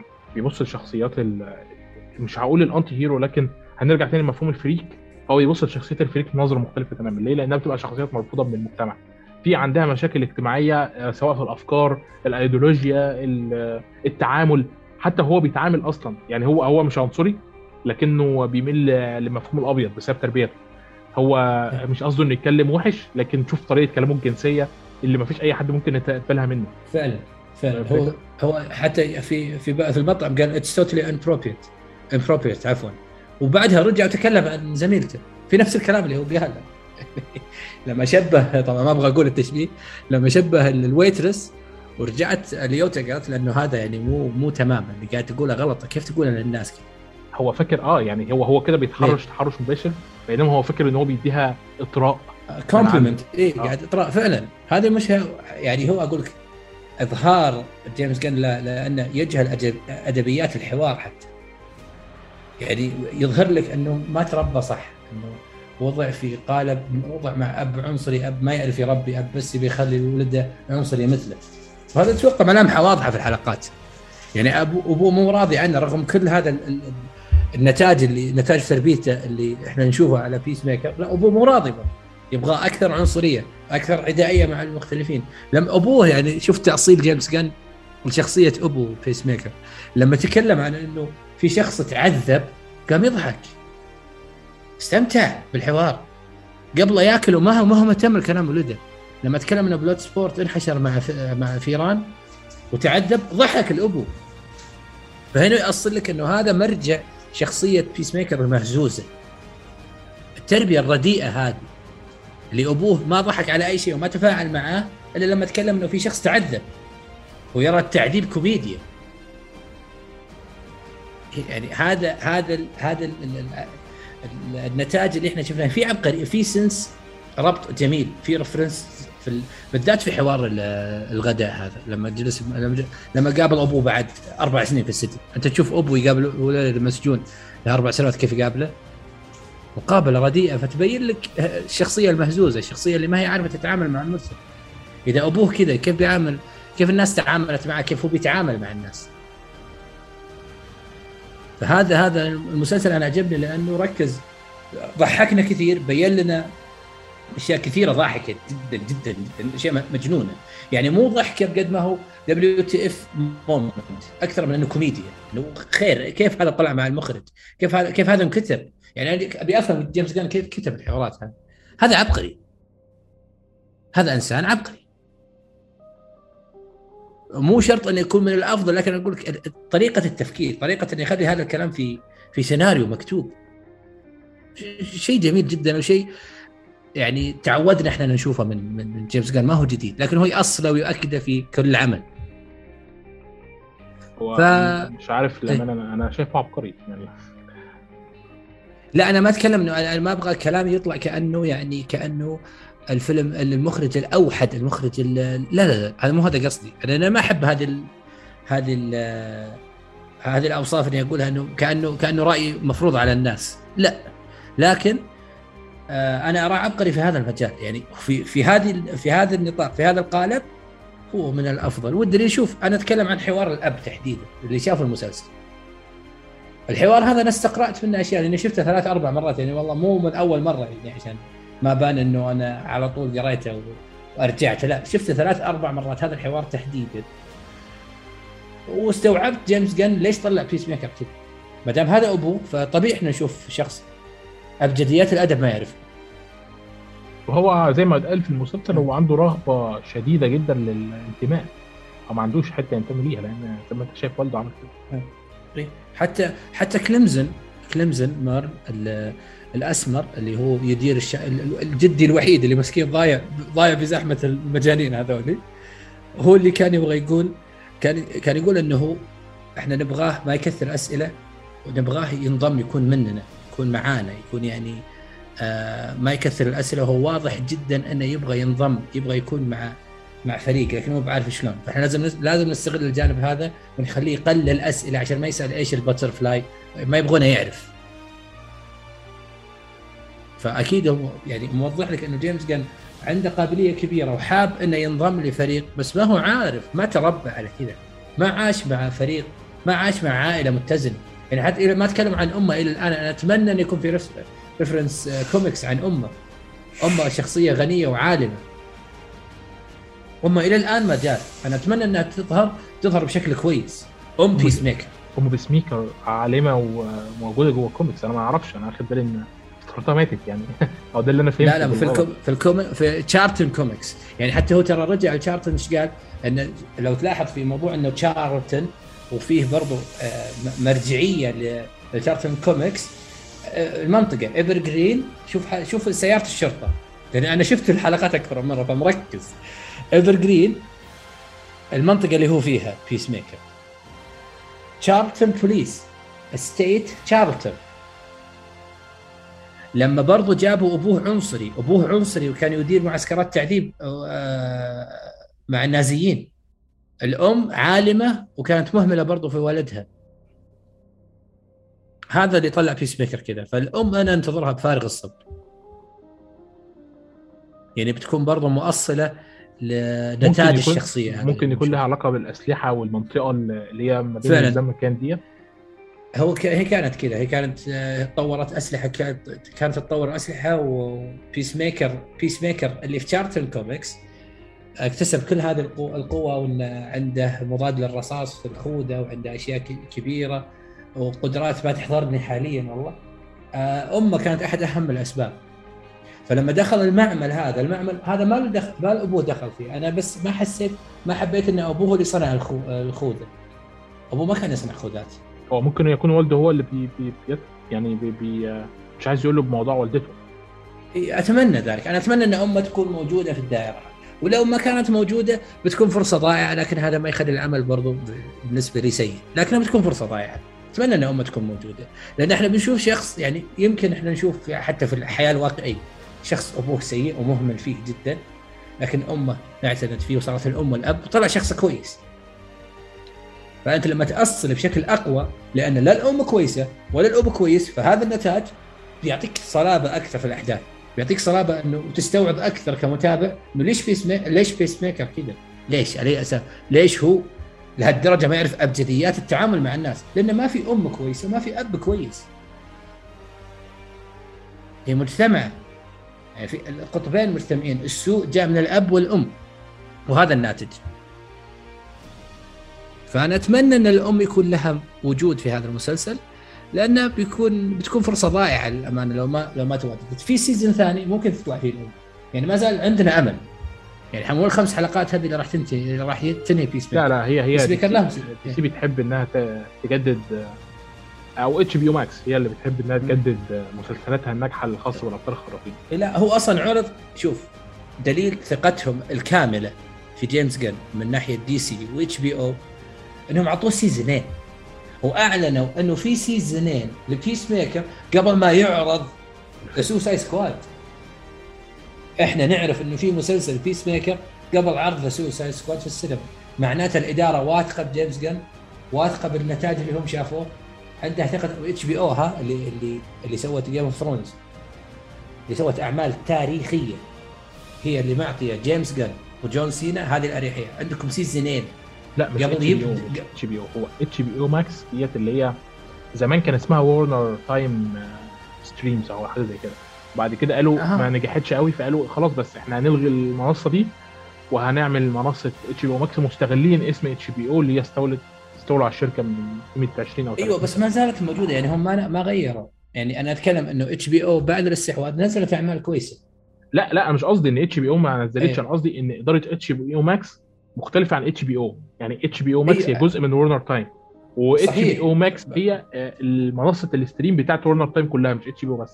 مش هقول الانتي هيرو، لكن هنرجع تاني لمفهوم الفريك. هو بيبص لشخصيات الفريك بنظره مختلفه تماما. ليه؟ لانها بتبقى شخصيات مرفوضه من المجتمع، في عندها مشاكل اجتماعيه سواء في الافكار، الايديولوجيا، التعامل. حتى هو بيتعامل اصلا يعني هو مش عنصري، لكنه بيميل لمفهوم الابيض بسبب تربيته. هو مش قصده انه يتكلم وحش، لكن شوف طريقه كلامه الجنسيه اللي ما فيش اي حد ممكن يتقبلها منه. فعلا هو حتى في المطعم قال اتس توتالي انبروبريت عفوا، وبعدها رجع وتكلم عن زميلته في نفس الكلام اللي هو قاله لما شبه، طبعا ما ابغى اقول التشبيه، لما شبه الويترس ورجعت ليوتا قالت لانه هذا يعني مو تماما اللي قاعد تقوله غلط، كيف تقولها للناس كده. هو فاكر يعني هو كده بيتحرش تحرش مباشر، بينما هو فاكر ان هو بيديها اطراء كومبلمنت. قاعد اطراء فعلا. هذا مش يعني هو اقول لك اظهار جيمس جان لانه يجهل ادبيات الحوار، حتى يعني يظهر لك انه ما تربى صح، انه وضع في قالب، وضع مع اب عنصري، اب ما يعرف يربي، اب بس بيخلي ولده عنصري مثله. وهذا اتوقع ملامحه واضحه في الحلقات، يعني ابوه مو راضي عنه رغم كل هذا النتائج اللي نتائج تربيته اللي احنا نشوفها على بيس ميكر. لا ابوه مو راضي بقى. يبغى اكثر عنصريه، اكثر عدائيه مع المختلفين. لما ابوه يعني شفت تاصيل جيمس جان لشخصيه ابو بيس ميكر، لما تكلم عن انه في شخص تعذب قام يضحك، استمتع بالحوار قبل ياكل وما هو مهتم الكلام ولده. لما تكلم انه بلود سبورت انحشر مع فيران وتعذب ضحك الابو. فهنا يأصل لك انه هذا مرجع شخصيه بيس ميكر المهزوزه، التربيه الرديئه هذه اللي ابوه ما ضحك على اي شيء وما تفاعل معاه الا لما تكلم انه في شخص تعذب ويرى التعذيب كوميديا. يعني هذا النتائج اللي احنا شفناها في عبقري، في سنس ربط جميل، في ريفرنس بالذات في حوار الغداء هذا لما جلس لما قابل ابوه بعد 4 سنين في السجن. انت تشوف ابوه يقابل ولد المسجون ل4 سنوات كيف يقابله، مقابله رديئه، فتبين لك الشخصيه المهزوزه، الشخصيه اللي ما هي عارفه تتعامل مع المجتمع. اذا ابوه كذا كيف بيعامل، كيف الناس تعاملت معه، كيف هو بيتعامل مع الناس. فهذا المسلسل انا عجبني لانه ركز، ضحكنا كثير، بين لنا اشياء كثيره ضاحكه جدا جدا جدا، اشياء مجنونه. يعني مو ضحكه بقد ما هو WTF مومنت، اكثر من انه كوميديا، انه خير كيف هذا طلع مع المخرج، كيف هذا انكتب. يعني ابي افهم جيمس جان كيف كتب الحوارات هذا عبقري، هذا انسان عبقري. مو شرط انه يكون من الافضل، لكن اقول لك طريقه التفكير، طريقه انه يخلي هذا الكلام في سيناريو مكتوب، شيء جميل جدا، وشيء يعني تعودنا احنا نشوفه من جيمس جان، ما هو جديد، لكن هو يأصله ويؤكده في كل عمل. مش عارف لما انا شايفه عبقري يعني. لا انا ما اتكلم انه انا ما ابغى كلامي يطلع كانه الفيلم المخرج الاوحد، المخرج لا هذا مو هذا قصدي. انا ما احب هذه الاوصاف اللي اقولها انه كانه راي مفروض على الناس، لا. لكن انا ارى عبقري في هذا المجال، يعني في هذا النطاق، في هذا القالب هو من الافضل. والدليل شوف، انا اتكلم عن حوار الاب تحديدا اللي شاف المسلسل. الحوار هذا انا استقرأت منه اشياء لاني شفته 3-4 مرات، يعني والله مو من اول مره يعني عشان ما بان انه انا على طول قريته وارجعت، لا شفته 3-4 مرات هذا الحوار تحديدا. واستوعبت جيمس جان ليش طلع بيس ميكر كذا. ما دام هذا ابوه فطبيعي احنا نشوف شخص ابجديات الادب ما يعرف. وهو زي ما قال في المسلسل هو عنده رغبه شديده جدا للانتماء، او ما عندوش حته ينتمي ليها، لان زي ما انت شايف والده عمل كده. حتى كليمزن مار الاسمر اللي هو يدير الجدي الوحيد اللي مسكين ضايع بزحمه المجانين هذول، هو اللي كان يبغى يقول، كان يقول انه احنا نبغاه ما يكثر اسئله، ونبغاه ينضم، يكون مننا، يكون معانا، يكون يعني ما يكثر الاسئله، وهو واضح جدا انه يبغى ينضم، يبغى يكون مع فريق، لكن هو بعرف شلون. فاحنا لازم نستغل الجانب هذا ونخليه يقلل الاسئله عشان ما يسال ايش الباترفلاي، ما يبغونه يعرف. فاكيد هو يعني موضح لك انه جيمس جان عنده قابليه كبيره وحاب انه ينضم لفريق، بس ما هو عارف، ما تربى على كذا، ما عاش مع فريق، ما عاش مع عائله متزنه. يعني حتى ما اتكلم عن امه الى الان، انا اتمنى ان يكون في ريفرنس كوميكس عن امه شخصيه غنيه وعالمه. امه الى الان ما جاء، انا اتمنى انها تظهر بشكل كويس. بيس ميكر عالمه وموجوده جوه الكوميكس، انا ما اعرفش، انا اخد بالي ان افتكرتها ماتت يعني. او ده اللي انا فهمته. لا في تشارلتون كوميكس، يعني حتى هو ترى رجع لتشارلتون، ايش قال؟ ان لو تلاحظ في موضوع انه تشارلتون وفيه برضو مرجعيه لتشارلتون كوميكس، المنطقه ايفرغرين، شوف سياره الشرطه، لان انا شفت الحلقات اكثر مره فمركز. ايفرغرين المنطقه اللي هو فيها بيس ميكر، تشارلتون بوليس ستيت تشارلتون. لما برضو جابوا ابوه عنصري وكان يدير معسكرات تعذيب مع النازيين. الام عالمه وكانت مهمله برضو في والدها. هذا اللي طلع بيس ميكر كذا. فالام انا انتظرها بفارغ الصبر، يعني بتكون برضو مؤصله لنتاج الشخصيه. ممكن يكون لها علاقه بالاسلحه والمنطقه اللي هي ما بين الزمكان دي. هي كانت كذا، هي كانت طورت اسلحه، كانت تطور اسلحه. وبيس ميكر اللي في تشارتن كوميكس اكتسب كل هذه القوه، وان عنده مضاد للرصاص في الخوذه، وعنده اشياء كبيره وقدرات ما تحضرني حاليا والله. امه كانت احد اهم الاسباب. فلما دخل المعمل هذا ما له دخل، ما ابوه دخل فيه. انا بس ما حبيت ان ابوه اللي صنع الخوذه. ابوه ما كان يصنع خوذات. هو ممكن يكون والده هو اللي يعني مش عايز يقول له بموضوع والدته. اتمنى ذلك. انا اتمنى ان امه تكون موجوده في الدائره، ولو ما كانت موجوده بتكون فرصه ضائعه، لكن هذا ما يخلي العمل برضو بالنسبه لي سيء، لكنها بتكون فرصه ضائعه. اتمنى ان امه تكون موجوده، لان احنا بنشوف شخص، يعني يمكن احنا نشوف حتى في الحياه الواقعيه شخص ابوه سيء ومهمل فيه جدا، لكن امه اعتنت فيه وصارت الام والاب وطلع شخص كويس. فانت لما تأصل بشكل اقوى، لان لا الام كويسه ولا الاب كويس، فهذا النتاج بيعطيك صلابه اكثر في الاحداث، بيعطيك صلابه انه تستوعب اكثر كمتابع انه ليش بيس ميكر كذا، ليش على اساس ليش هو لهالدرجه ما يعرف ابجديات التعامل مع الناس، لانه ما في ام كويسه وما في اب كويس. هي مجتمع، يعني في القطبين مجتمعين، السوء جاء من الاب والام، وهذا الناتج. فانا اتمنى ان الام يكون لها وجود في هذا المسلسل، لانه بتكون فرصه ضائعه للامانه لو ما تواجدت. في سيزون ثاني ممكن تطلع فيه الام، يعني ما زال عندنا امل. يعني حنقول الخمس حلقات هذه اللي راح تنتهي، اللي راح تنهي بيس ميكر. لا هي دي بتحب انها تجدد، او اتش بي او ماكس هي اللي بتحب انها تجدد مسلسلاتها الناجحه الخاصه بالابطال الخارقين. لا هو اصلا عرض، شوف دليل ثقتهم الكامله في جيمس جن من ناحيه دي سي واتش بي او انهم عطوه سيزونين، واعلنوا انه في سيزونين لبيس ميكر قبل ما يعرض سوسايد سكواد. احنا نعرف انه في مسلسل بيس ميكر قبل عرض سوسايد سكواد في السينما، معناته الاداره واثقه بجيمس جن، واثقه بالنتاج اللي هم شافوه، عندها ثقه. اتش بي او اللي سوت جيم اوف ثرونز، اللي سوت اعمال تاريخيه، هي اللي معطيه جيمس جن وجون سينا هذه الاريحيه. عندكم سيزونين. لا مش اتش بي او، هو اتش بي او ماكس ديت اللي هي زمان كان اسمها وورنر تايم ستريمز او حاجه زي كده، بعد كده قالوا ما نجحتش قوي، فقالوا خلاص بس احنا هنلغي المنصه دي وهنعمل منصه اتش بي او ماكس، مستغلين اسم اتش بي او اللي هي استولوا على الشركه من قيمه 20 او 30. ايوه بس ما زالت موجوده، يعني هم ما غيروا. يعني انا اتكلم انه اتش بي او بعد الاستحواذ نزلت اعمال كويسه. لا انا مش قصدي ان اتش بي او ما نزلتش، انا قصدي ان اداره اتش بي او ماكس مختلفه عن اتش بي او. يعني اتش بي او ماكس هي جزء من ورنر تايم، واتش بي او ماكس هي المنصه الاستريم بتاعت ورنر تايم كلها، مش اتش بي او بس.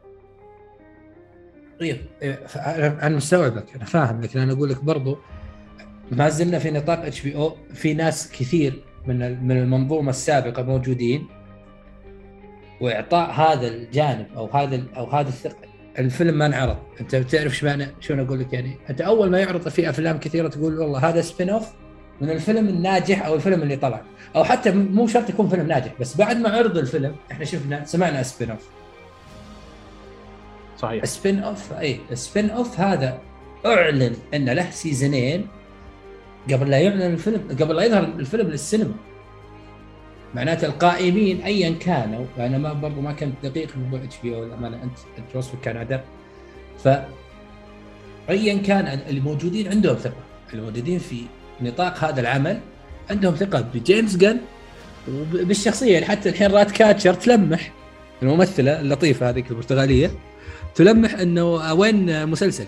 طيب انا مستوعبك، انا فاهم، لكن انا اقول لك برضو ما زلنا في نطاق اتش بي او، في ناس كثير من المنظومه السابقه موجودين، واعطاء هذا الجانب او هذا الثقه. الفيلم ما انعرض، انت بتعرف ايش معنى، شو اقول لك، يعني انت اول ما يعرض في افلام كثيره تقول والله هذا سبين اوف من الفيلم الناجح او الفيلم اللي طلع، او حتى مو شرط يكون فيلم ناجح، بس بعد ما عرض الفيلم احنا سمعنا سبين اوف. صحيح. السبين اوف هذا اعلن ان له سيزونين قبل لا يعلن الفيلم، قبل لا يظهر الفيلم للسينما. معناته القائمين ايا كانوا، انا ما كنت دقيق في موضوع اتش بي او الامانه، انت وصفك كان ادق. ف ايا كان الموجودين عندهم ثقه، الموجودين في نطاق هذا العمل عندهم ثقه بجيمس جن وبالشخصيه. يعني حتى الحين رات كاتشر تلمح، الممثله اللطيفه هذيك البرتغاليه تلمح انه وين مسلسلي،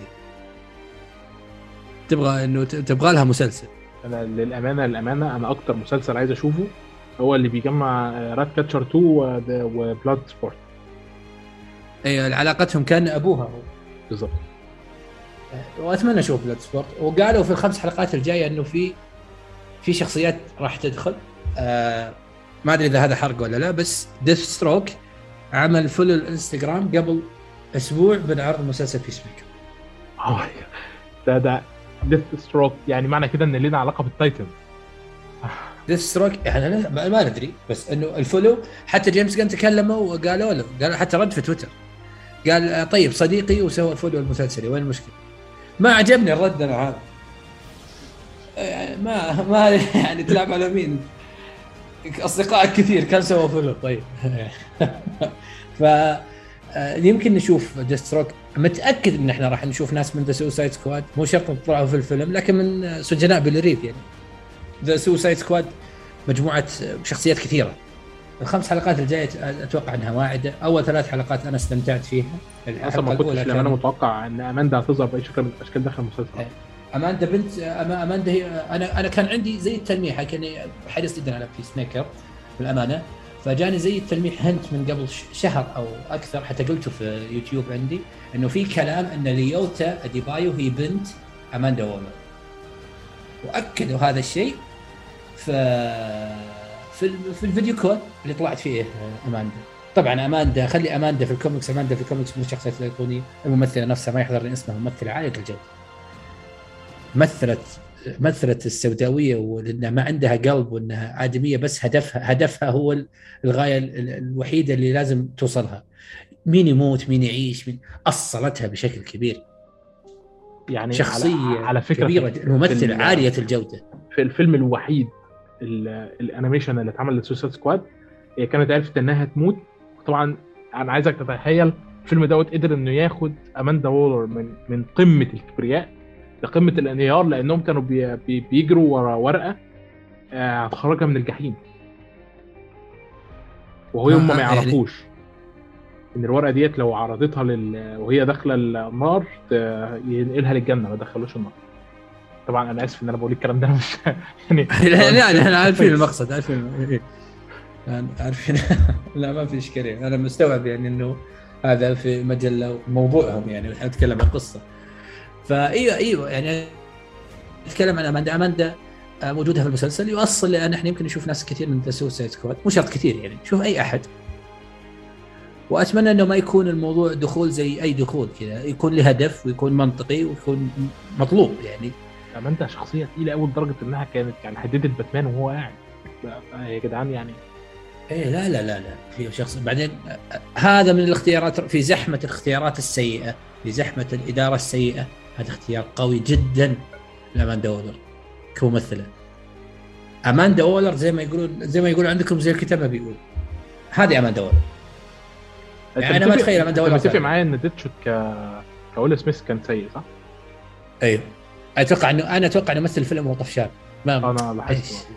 تبغى لها مسلسل. انا للامانه انا اكتر مسلسل عايز اشوفه هو اللي بيجمع رات كاتشر 2 وبلاد سبورت. اي علاقتهم كان ابوها هو بالضبط. واتمنى اشوف بلاد سبورت. وقالوا في الخمس حلقات الجايه انه في شخصيات راح تدخل، ما ادري اذا هذا حرق ولا لا، بس ديث ستروك عمل فولو الانستغرام قبل اسبوع من عرض مسلسل بيس ميكر. ده ديث ستروك يعني معنى كده ان لنا علاقه بالتايتن. ديث ستروك احنا ما ندري، بس انه الفولو حتى جيمس جن تكلموا وقالوا له، قال حتى رد في تويتر قال طيب صديقي وسوى الفولو المسلسلي، وين المشكله؟ ما عجبني الرد انا هذا. ما يعني تلعب على مين؟ اصدقائك كثير كان سووا فيلم طيب. ف يمكن نشوف ديستروك. متاكد ان احنا راح نشوف ناس من ذا سوسايد سكواد، مو شرط يطلعوا في الفيلم لكن من سجناء بالريف. يعني ذا سوسايد سكواد مجموعه شخصيات كثيره. الخمس حلقات الجايه اتوقع انها واعده. اول 3 حلقات انا استمتعت فيها. اصلا ما كنتش لما انا متوقع ان اماندا هتظهر باي شكل من الاشكال داخل المسلسل. اماندا بنت اماندا هي انا كان عندي زي التلميحه، كاني حريص جدا على بيس ميكر بالامانه، فجاني زي التلميح هنت من قبل شهر او اكثر، حتى قلته في يوتيوب عندي، انه في كلام ان ليوتا اديبايو هي بنت اماندا وولر، واكدوا هذا الشيء في الفيديو كول اللي طلعت فيه اماندا. طبعا اماندا، خلي اماندا في الكوميكس، اماندا في الكوميكس من الشخصيات الايقونيه. الممثله نفسها ما يحضرني اسمها، ممثله عاليه الجوده، مثلت السوداويه وانها ما عندها قلب وانها ادميه، بس هدفها هو الغايه الوحيده اللي لازم توصلها. مين يموت مين يعيش، مين اصلتها بشكل كبير. يعني شخصيه على فكره كبيره، الممثل عاليه الجوده. في الفيلم الوحيد الانيميشن اللي اتعمل لسوسايد سكواد هي كانت عرفت انها تموت. طبعا انا عايزك تتخيل الفيلم دوت قدر انه ياخد اماندا وولر من قمه الكبرياء لقمه الانهيار، لانهم كانوا بيجروا ورا ورقه هتخرجها من الجحيم، وهو هم ما يعرفوش ان الورقه ديت لو عرضتها وهي داخله النار ينقلها للجنه، ما دخلوش النار. طبعا انا اسف ان انا بقول الكلام ده، مش يعني لا احنا عارفين المقصد، عارفين لا ما في اشكاليه. انا مستوعب يعني انه هذا في مجله موضوعهم، يعني احنا نتكلم عن قصه. فايوه يعني نتكلم عن اماندا موجوده في المسلسل، يوصل لان احنا يمكن نشوف ناس كثير من ذا سوسايد سكواد، مو شرط كثير يعني نشوف اي احد. واتمنى انه ما يكون الموضوع دخول زي اي دخول كذا، يكون له هدف ويكون منطقي ويكون مطلوب. يعني اماندا شخصيه ثقيله قوي لدرجه انها كانت يعني هددت باتمان وهو قاعد يا جدعان يعني. ايه لا في شخص بعدين هذا من الاختيارات في زحمه الاختيارات السيئه، في زحمه الاداره السيئه، هذا اختيار قوي جدا لاماندا وولر كممثله. اماندا وولر زي ما يقولون عندكم زي الكتاب ما بيقول، هذه اماندا وولر. يعني انا ما اتخيل اماندا وولر. متفق معايا ان ديتشوت كويل سميث كان سيء صح؟ ايوه اتوقع انه مثل الفيلم وهو طفشان. ما انا لاحظت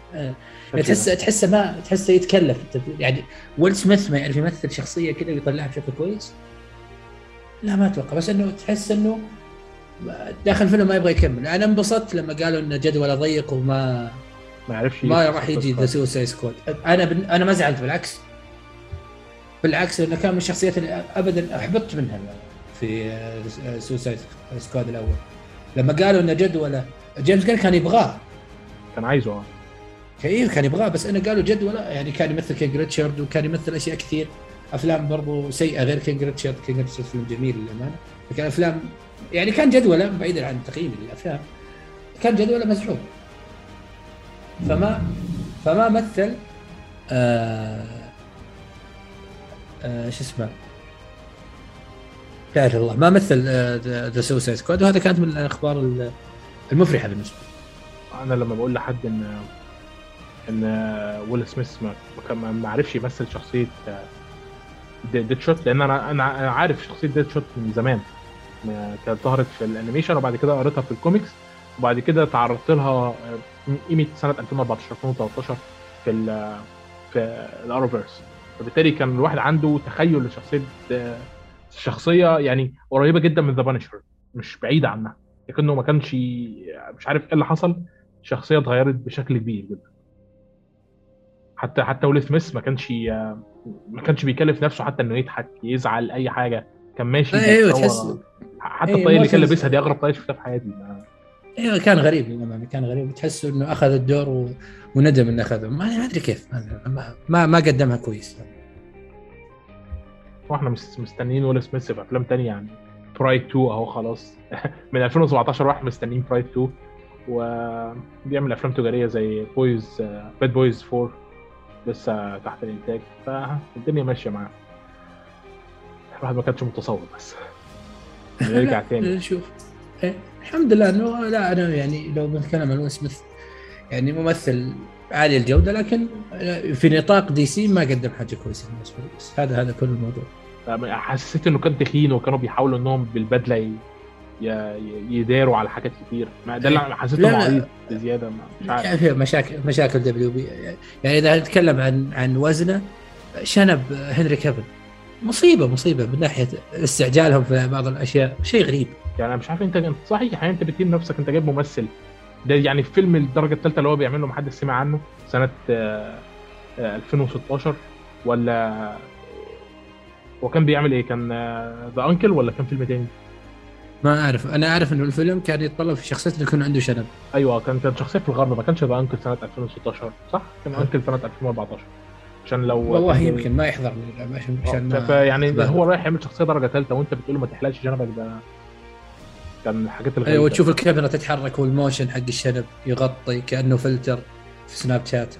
تحسه يتكلف يعني. ويل سميث ما يعرف يمثل شخصيه كذا ويطلعها بشكل كويس، لا ما اتوقع. بس انه تحس انه داخل الفيلم ما يبغى يكمل. انا انبسطت لما قالوا انه جدوله ضيق وما ما راح يجي ذا سوسايد سكواد. انا ما زعلت، بالعكس انه كان من الشخصيات اللي ابدا احبطت منها في سوسايد سكواد الاول. لما قالوا انه جدوله جيمس جان كان يبغاه، كان عايزه كان يبغاه، بس انه قالوا جدوله يعني كان يمثل كينج ريتشارد وكان يمثل اشياء كثير، افلام برضو سيئه غير كينج ريتشارد فيلم جميل للامانه، لكن افلام يعني كان جدوله بعيدا عن تقييم الافلام، كان جدوله مزحوم. فما مثل شو اسمه تعرف الله، ما مثل ذا سوسايد سكواد، وهذا كانت من الاخبار المفرحه بالنسبه لي. انا لما بقول لحد ان ويل سميث ما عرفش يمثل شخصيه ديدشوت، لان انا عارف شخصيه ديدشوت من زمان، كانت ظهرت في الانيميشن وبعد كده قريتها في الكوميكس وبعد كده تعرضت لها قيمه سنه 2014 2013 في الارفيرس. فبالتالي كان الواحد عنده تخيل لشخصيه الشخصيه يعني قريبه جدا من ذا بانشر، مش بعيده عنها، لكنه ما كانش مش عارف ايه اللي حصل، الشخصيه اتغيرت بشكل كبير جدا. حتى ويل سميث ما كانش بيكلف نفسه حتى انه يضحك يزعل اي حاجه، كان ماشي. ايوه تحس حتى الطاقيه اللي كان لابسها دي اغرب طاقيه شفتها في حياتي. ايوه كان غريب للامانه، كان غريب، تحس انه اخذ الدور وندم انه اخذه، ما ادري كيف ما قدمها كويس. واحنا مستنيين ويل سميث في افلام تانية يعني. برايد 2 اهو خلاص من 2017 واحنا مستنيين برايد 2، وبيعمل افلام تجاريه زي باد بويز 4 لسه تحت الانتاج، فالدنيا ماشيه معاه. الواحد ما كانش متصور بس نرجع تاني نشوف. الحمد لله انه لا انا يعني لو بنتكلم عن ويل سميث يعني ممثل عالي الجوده، لكن في نطاق دي سي ما قدم حاجه كويسه بالنسبه لي. بس هذا كل الموضوع. حسيت انه كان تخين وكانوا بيحاولوا انهم بالبدله يداروا على حاجات كتير. ما ده اللي حسيته عريض بزياده. مش عارف يعني في مشاكل دبليو بي. يعني اذا نتكلم عن وزنه، شنب هنري كافيل مصيبه من ناحيه استعجالهم في بعض الاشياء، شيء غريب. يعني انا مش عارف انت صحيح يعني انت بتهين نفسك، انت جايب ممثل ده يعني في فيلم الدرجه الثالثه اللي هو بيعمله محدش سمع عنه سنه 2016 ولا هو كان بيعمل ايه؟ كان ذا انكل ولا كان فيلم تاني؟ ما اعرف. انا اعرف انه الفيلم كان يتطلب في شخصيه انه يكون عنده شنب. ايوه كان شخصيه في الغرب، ما كانش ذا انكل سنه 2016 صح؟ كان انكل سنه 2014 عشان لو والله يمكن ما يحضرني عشان يعني هو رايح يعمل شخصيه درجه ثالثه وانت بتقول له ما تحلقش شنبك. ده كان الحاجات الغريبه. ايوه تشوف الكاميرا تتحرك والموشن حق الشنب يغطي كانه فلتر في سناب شات.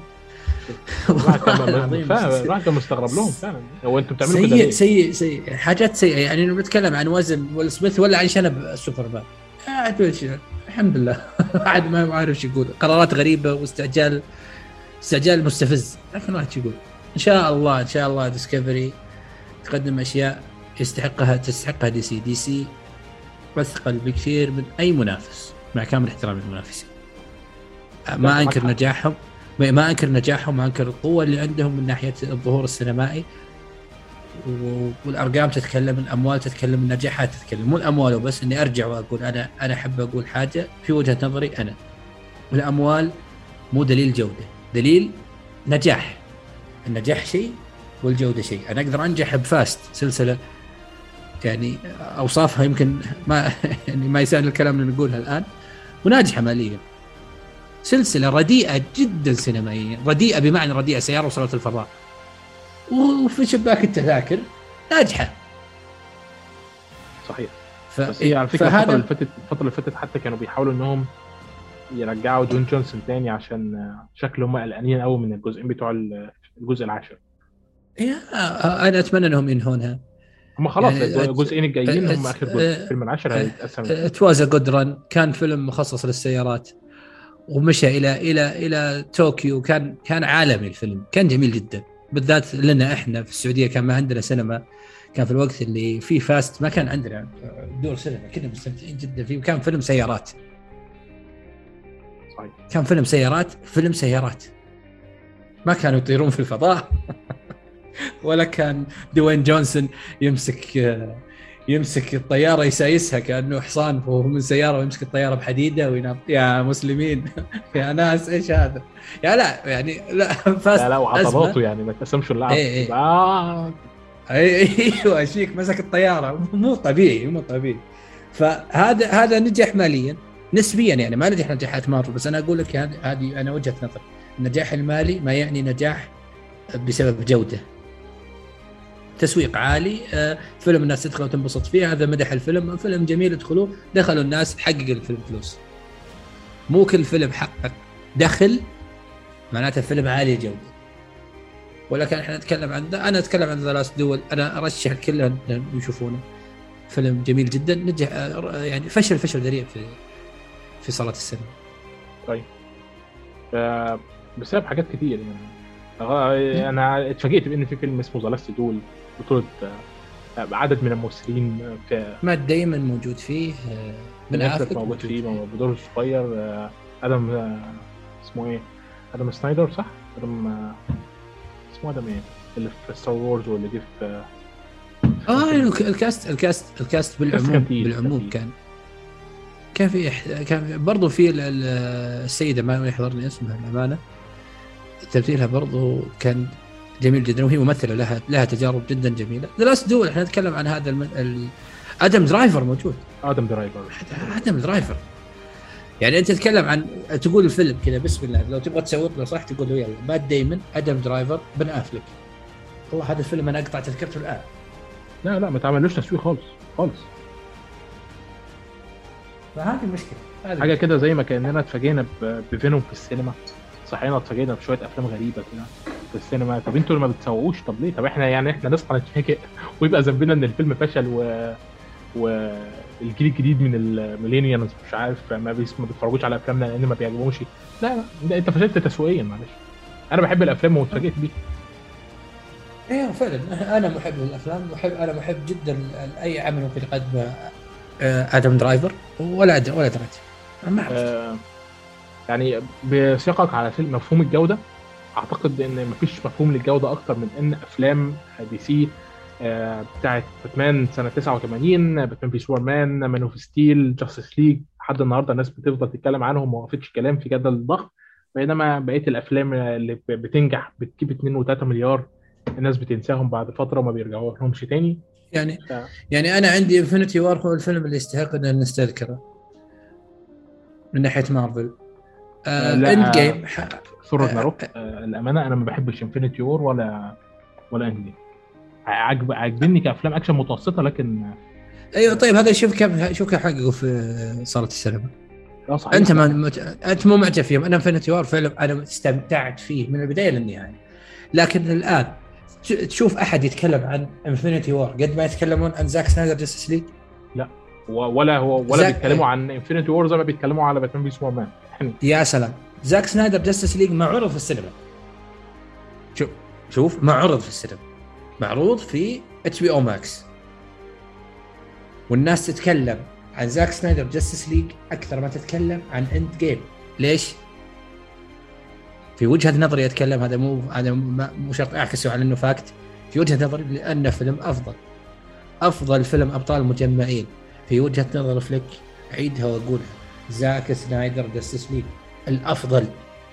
راح كان مستغرب لهم فعلا. هو انتوا بتعملوا كده سيء حاجات سيئه. يعني انه بنتكلم عن وزن ويل سميث ولا عن شنب سوبرمان؟ الحمد لله. عاد ما عارف شو يقول. قرارات غريبه واستعجال مستفز. لكن ما يقول ان شاء الله ديسكفري تقدم اشياء تستحقها دي سي أثقل بكثير من أي منافس، مع كامل احترام المنافسين. ما أنكر نجاحهم، ما أنكر القوة اللي عندهم من ناحية الظهور السينمائي، والأرقام تتكلم، الأموال تتكلم، النجاحات تتكلم. مو الأموال وبس. إني أرجع وأقول أنا أحب أقول حاجة في وجهة نظري أنا. الأموال مو دليل جودة، دليل نجاح. النجاح شيء والجودة شيء. أنا أقدر أنجح بفاست سلسلة يعني أوصافها يمكن ما يعني ما يسأل الكلام اللي نقولها الآن، وناجحة ماليا. سلسلة رديئة جدا سينمائيا، رديئة بمعنى رديئة، سيارة وصلت الفضاء وفي شباك التذاكر ناجحة. صحيح. بس هي على فكرة الفترة اللي فاتت حتى كانوا بيحاولوا انهم يرجعوا دون جونسون تاني عشان شكلهم قلقانين قوي من الجزئين بتوع الجزء العاشر. أنا أتمنى أنهم ينهونها. هم خلاص يعني الجزئين الجايين هم آخر جزء. فيلم العاشر هيتقسم. توازا جودران كان فيلم مخصص للسيارات ومشى إلى طوكيو. كان عالمي الفيلم، كان جميل جدا، بالذات لنا إحنا في السعودية. كان ما عندنا سينما، كان في الوقت اللي فيه فاست ما كان عندنا دور سينما، كنا مستمتعين جدا فيه. وكان فيلم سيارات. صحيح. كان فيلم سيارات ما كانوا يطيرون في الفضاء ولا كان دوين جونسون يمسك الطيارة يسايسها كأنه حصان وهو من سيارة، ويمسك الطيارة بحديدة وينام. يا مسلمين يا ناس إيش هذا؟ يا لا يعني لا فاست. لا وعضلاته يعني ما تقسمش اللعب. ايوه شيك مسك الطيارة مو طبيعي. فهذا نجح ماليا نسبيا، يعني ما نجح نجاحات مارفل. بس أنا أقول لك هذه أنا وجهة نظر. النجاح المالي ما يعني نجاح بسبب جودة. تسويق عالي، فيلم الناس تدخل وتنبسط فيه، هذا مدح الفيلم جميل ادخلوه، دخلوا الناس، حقق الفيلم فلوس. مو كل فيلم حقق دخل معناته الفيلم عالي الجودة. ولكن احنا نتكلم عن أنا أتكلم عن ذا لاست دول. أنا أرشح الكل يشوفونه، فيلم جميل جدا. نجح يعني فشل ذريع في صالة السينما. طيب بسبب حاجات كتير يعني. انا اتفاجئت بان في فيلم اسمه ذا لاست دول بطولة عدد من الممثلين. مات دايمون موجود فيه، من أفلك موجود فيه بدور صغير. ادم اسمه ايه؟ ادم سنايدر صح؟ اسمه ادم ايه اللي في ستار وورز واللي جه في الكاست بالعموم كان في برضو في السيدة ما يحضرني اسمها الأمانة، تمثيلها برضو كان جميل جدا، وهي ممثلة لها تجارب جدا جميلة. ذا لاست دول احنا نتكلم عن هذا آدم درايفر موجود. آدم درايفر يعني انت تتكلم عن تقول الفيلم كذا بسم الله، لو تبغى تسوق له صح تقول له يلا مات دايمون، آدم درايفر، بن أفلك. والله هذا الفيلم انا اقطع تذكرته الآن. لا ما تعملوش تسويق خالص. فهذه المشكلة حاجة كده زي ما كأننا اتفاجئنا بفينوم في السينما، صحينا اتفاجئنا بشوية أفلام غريبة كده في السينما. طب انتوا اللي ما بتسوقوش، طب ليه؟ طب احنا نصحى نتفاجئ ويبقى ذنبنا ان الفيلم فشل والجيل الجديد من الميلينيالز مش عارف ما بيتفرجوش على افلامنا لان ما بيعجبهمش. لا انت فشلت تسويقيا معلش. انا بحب الافلام واتفاجئت بيها. ايوه فعلا انا محب للافلام، انا محب جدا اي عمل ممكن يقدمه ادم درايفر ولا دريت ما عرفت. يعني بسياقك على فيلم مفهوم الجوده، اعتقد ان مفيش مفهوم للجوده اكتر من ان افلام دي سي بتاعت باتمان سنه 89، باتمان في سوبرمان، مان اوف ستيل، جاستس ليج، لحد النهارده الناس بتفضل تتكلم عنهم، ما وقفتش كلام في جدل ضخم. بينما بقيه الافلام اللي بتنجح بتجيب 2 و3 مليار الناس بتنساهم بعد فتره وما بيرجعوا لهمش تاني. يعني انا عندي انفينيتي وار هو الفيلم اللي يستحق ان نستذكره من ناحيه مارفل. اند جيم ثور راجناروك الامانه انا ما بحبش انفينيتي وور ولا اند جيم. عاجبني كافلام اكشن متوسطه لكن ايوه. طيب هذا شوف كيف حققوا في صاله السينما. صحيح. انت مو معجب فيهم. انا انفينيتي وار فيلم انا استمتعت فيه من البدايه للنهايه، لكن الان تشوف احد يتكلم عن انفينيتي وار قد ما يتكلمون عن زاك سنايدر جاستس ليج؟ لا ولا بيتكلموا عن انفينيتي وور زي ما بيتكلموا على باتمان في سوبرمان. يا سلام، زاك سنايدر جاستس ليج ما عرض في السينما. شوف ما عرض في السينما، معروض في HBO ماكس، والناس تتكلم عن زاك سنايدر جاستس ليج اكثر ما تتكلم عن اند جيم. ليش؟ في وجهة نظري اتكلم، هذا مو شرط اعكسه على انه فاكت. في وجهة نظري لانه فيلم افضل فيلم ابطال مجمعين في وجهة نظر فليك، اعيدها واقولها، زاك سنايدر جاستس ليج الافضل.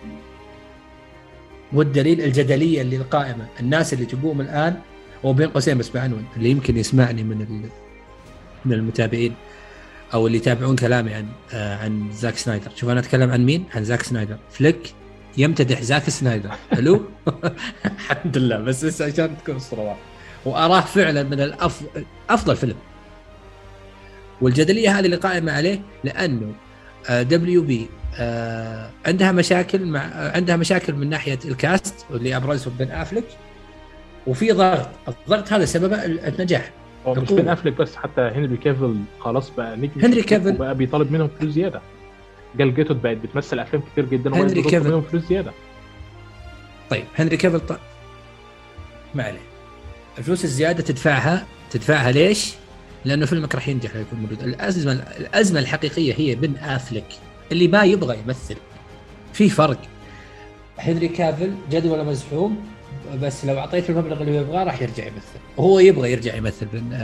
والدليل الجدلية اللي القائمة، الناس اللي تقوم الان وبين قوسين بس بعنون اللي يمكن يسمعني من المتابعين او اللي يتابعون كلامي عن زاك سنايدر. شوف انا اتكلم عن مين؟ عن زاك سنايدر. فليك يمتدح زاك سنايدر حلو الحمد لله، بس عشان تكون الصورة واضحة، واراه فعلا من افضل فيلم. والجدليه هذه اللي قائمه عليه لانه WB عندها مشاكل من ناحيه الكاست اللي ابرزهم بن افلك، وفي الضغط هذا سببه النجاح. مش بن افلك بس، حتى هنري كافيل خلاص بقى نجم، هنري كافيل بقى بيطالب منهم فلوس زياده. جال جيتوت بقت بتمثل افلام كتير جدا وبيطالب منهم فلوس زياده. طيب هنري كافيل ما عليه، الفلوس الزياده تدفعها ليش؟ لانه فيلمك راح ينجح يكون موجود. الازمه الحقيقيه هي بن افلك اللي يبغى يمثل. في فرق. هنري كافيل جدول مزحوم، بس لو اعطيته المبلغ اللي يبغاه راح يرجع يمثل، وهو يبغى يرجع يمثل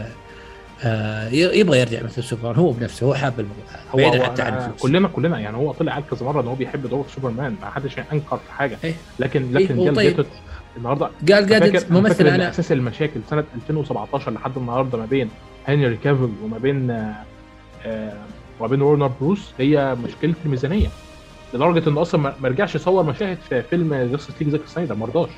يبغى يرجع يمثل سوبرمان. هو بنفسه هو حاب الموضوع بعيدا حتى عن الفلوس. كلنا يعني هو طلع قال كذا مره ان هو بيحب دور سوبرمان، ما حدش انكر في حاجه. لكن جال جيتوت النهارده قال ممثل. انا اساس المشاكل سنه 2017 لحد النهارده ما بين هنري كافيل وما بين وورنر بروس هي مشكله الميزانيه، لدرجه انه اصلا ما رجعش يصور مشاهد في فيلم جاستس ليج زاك سنايدر، ما رضاش.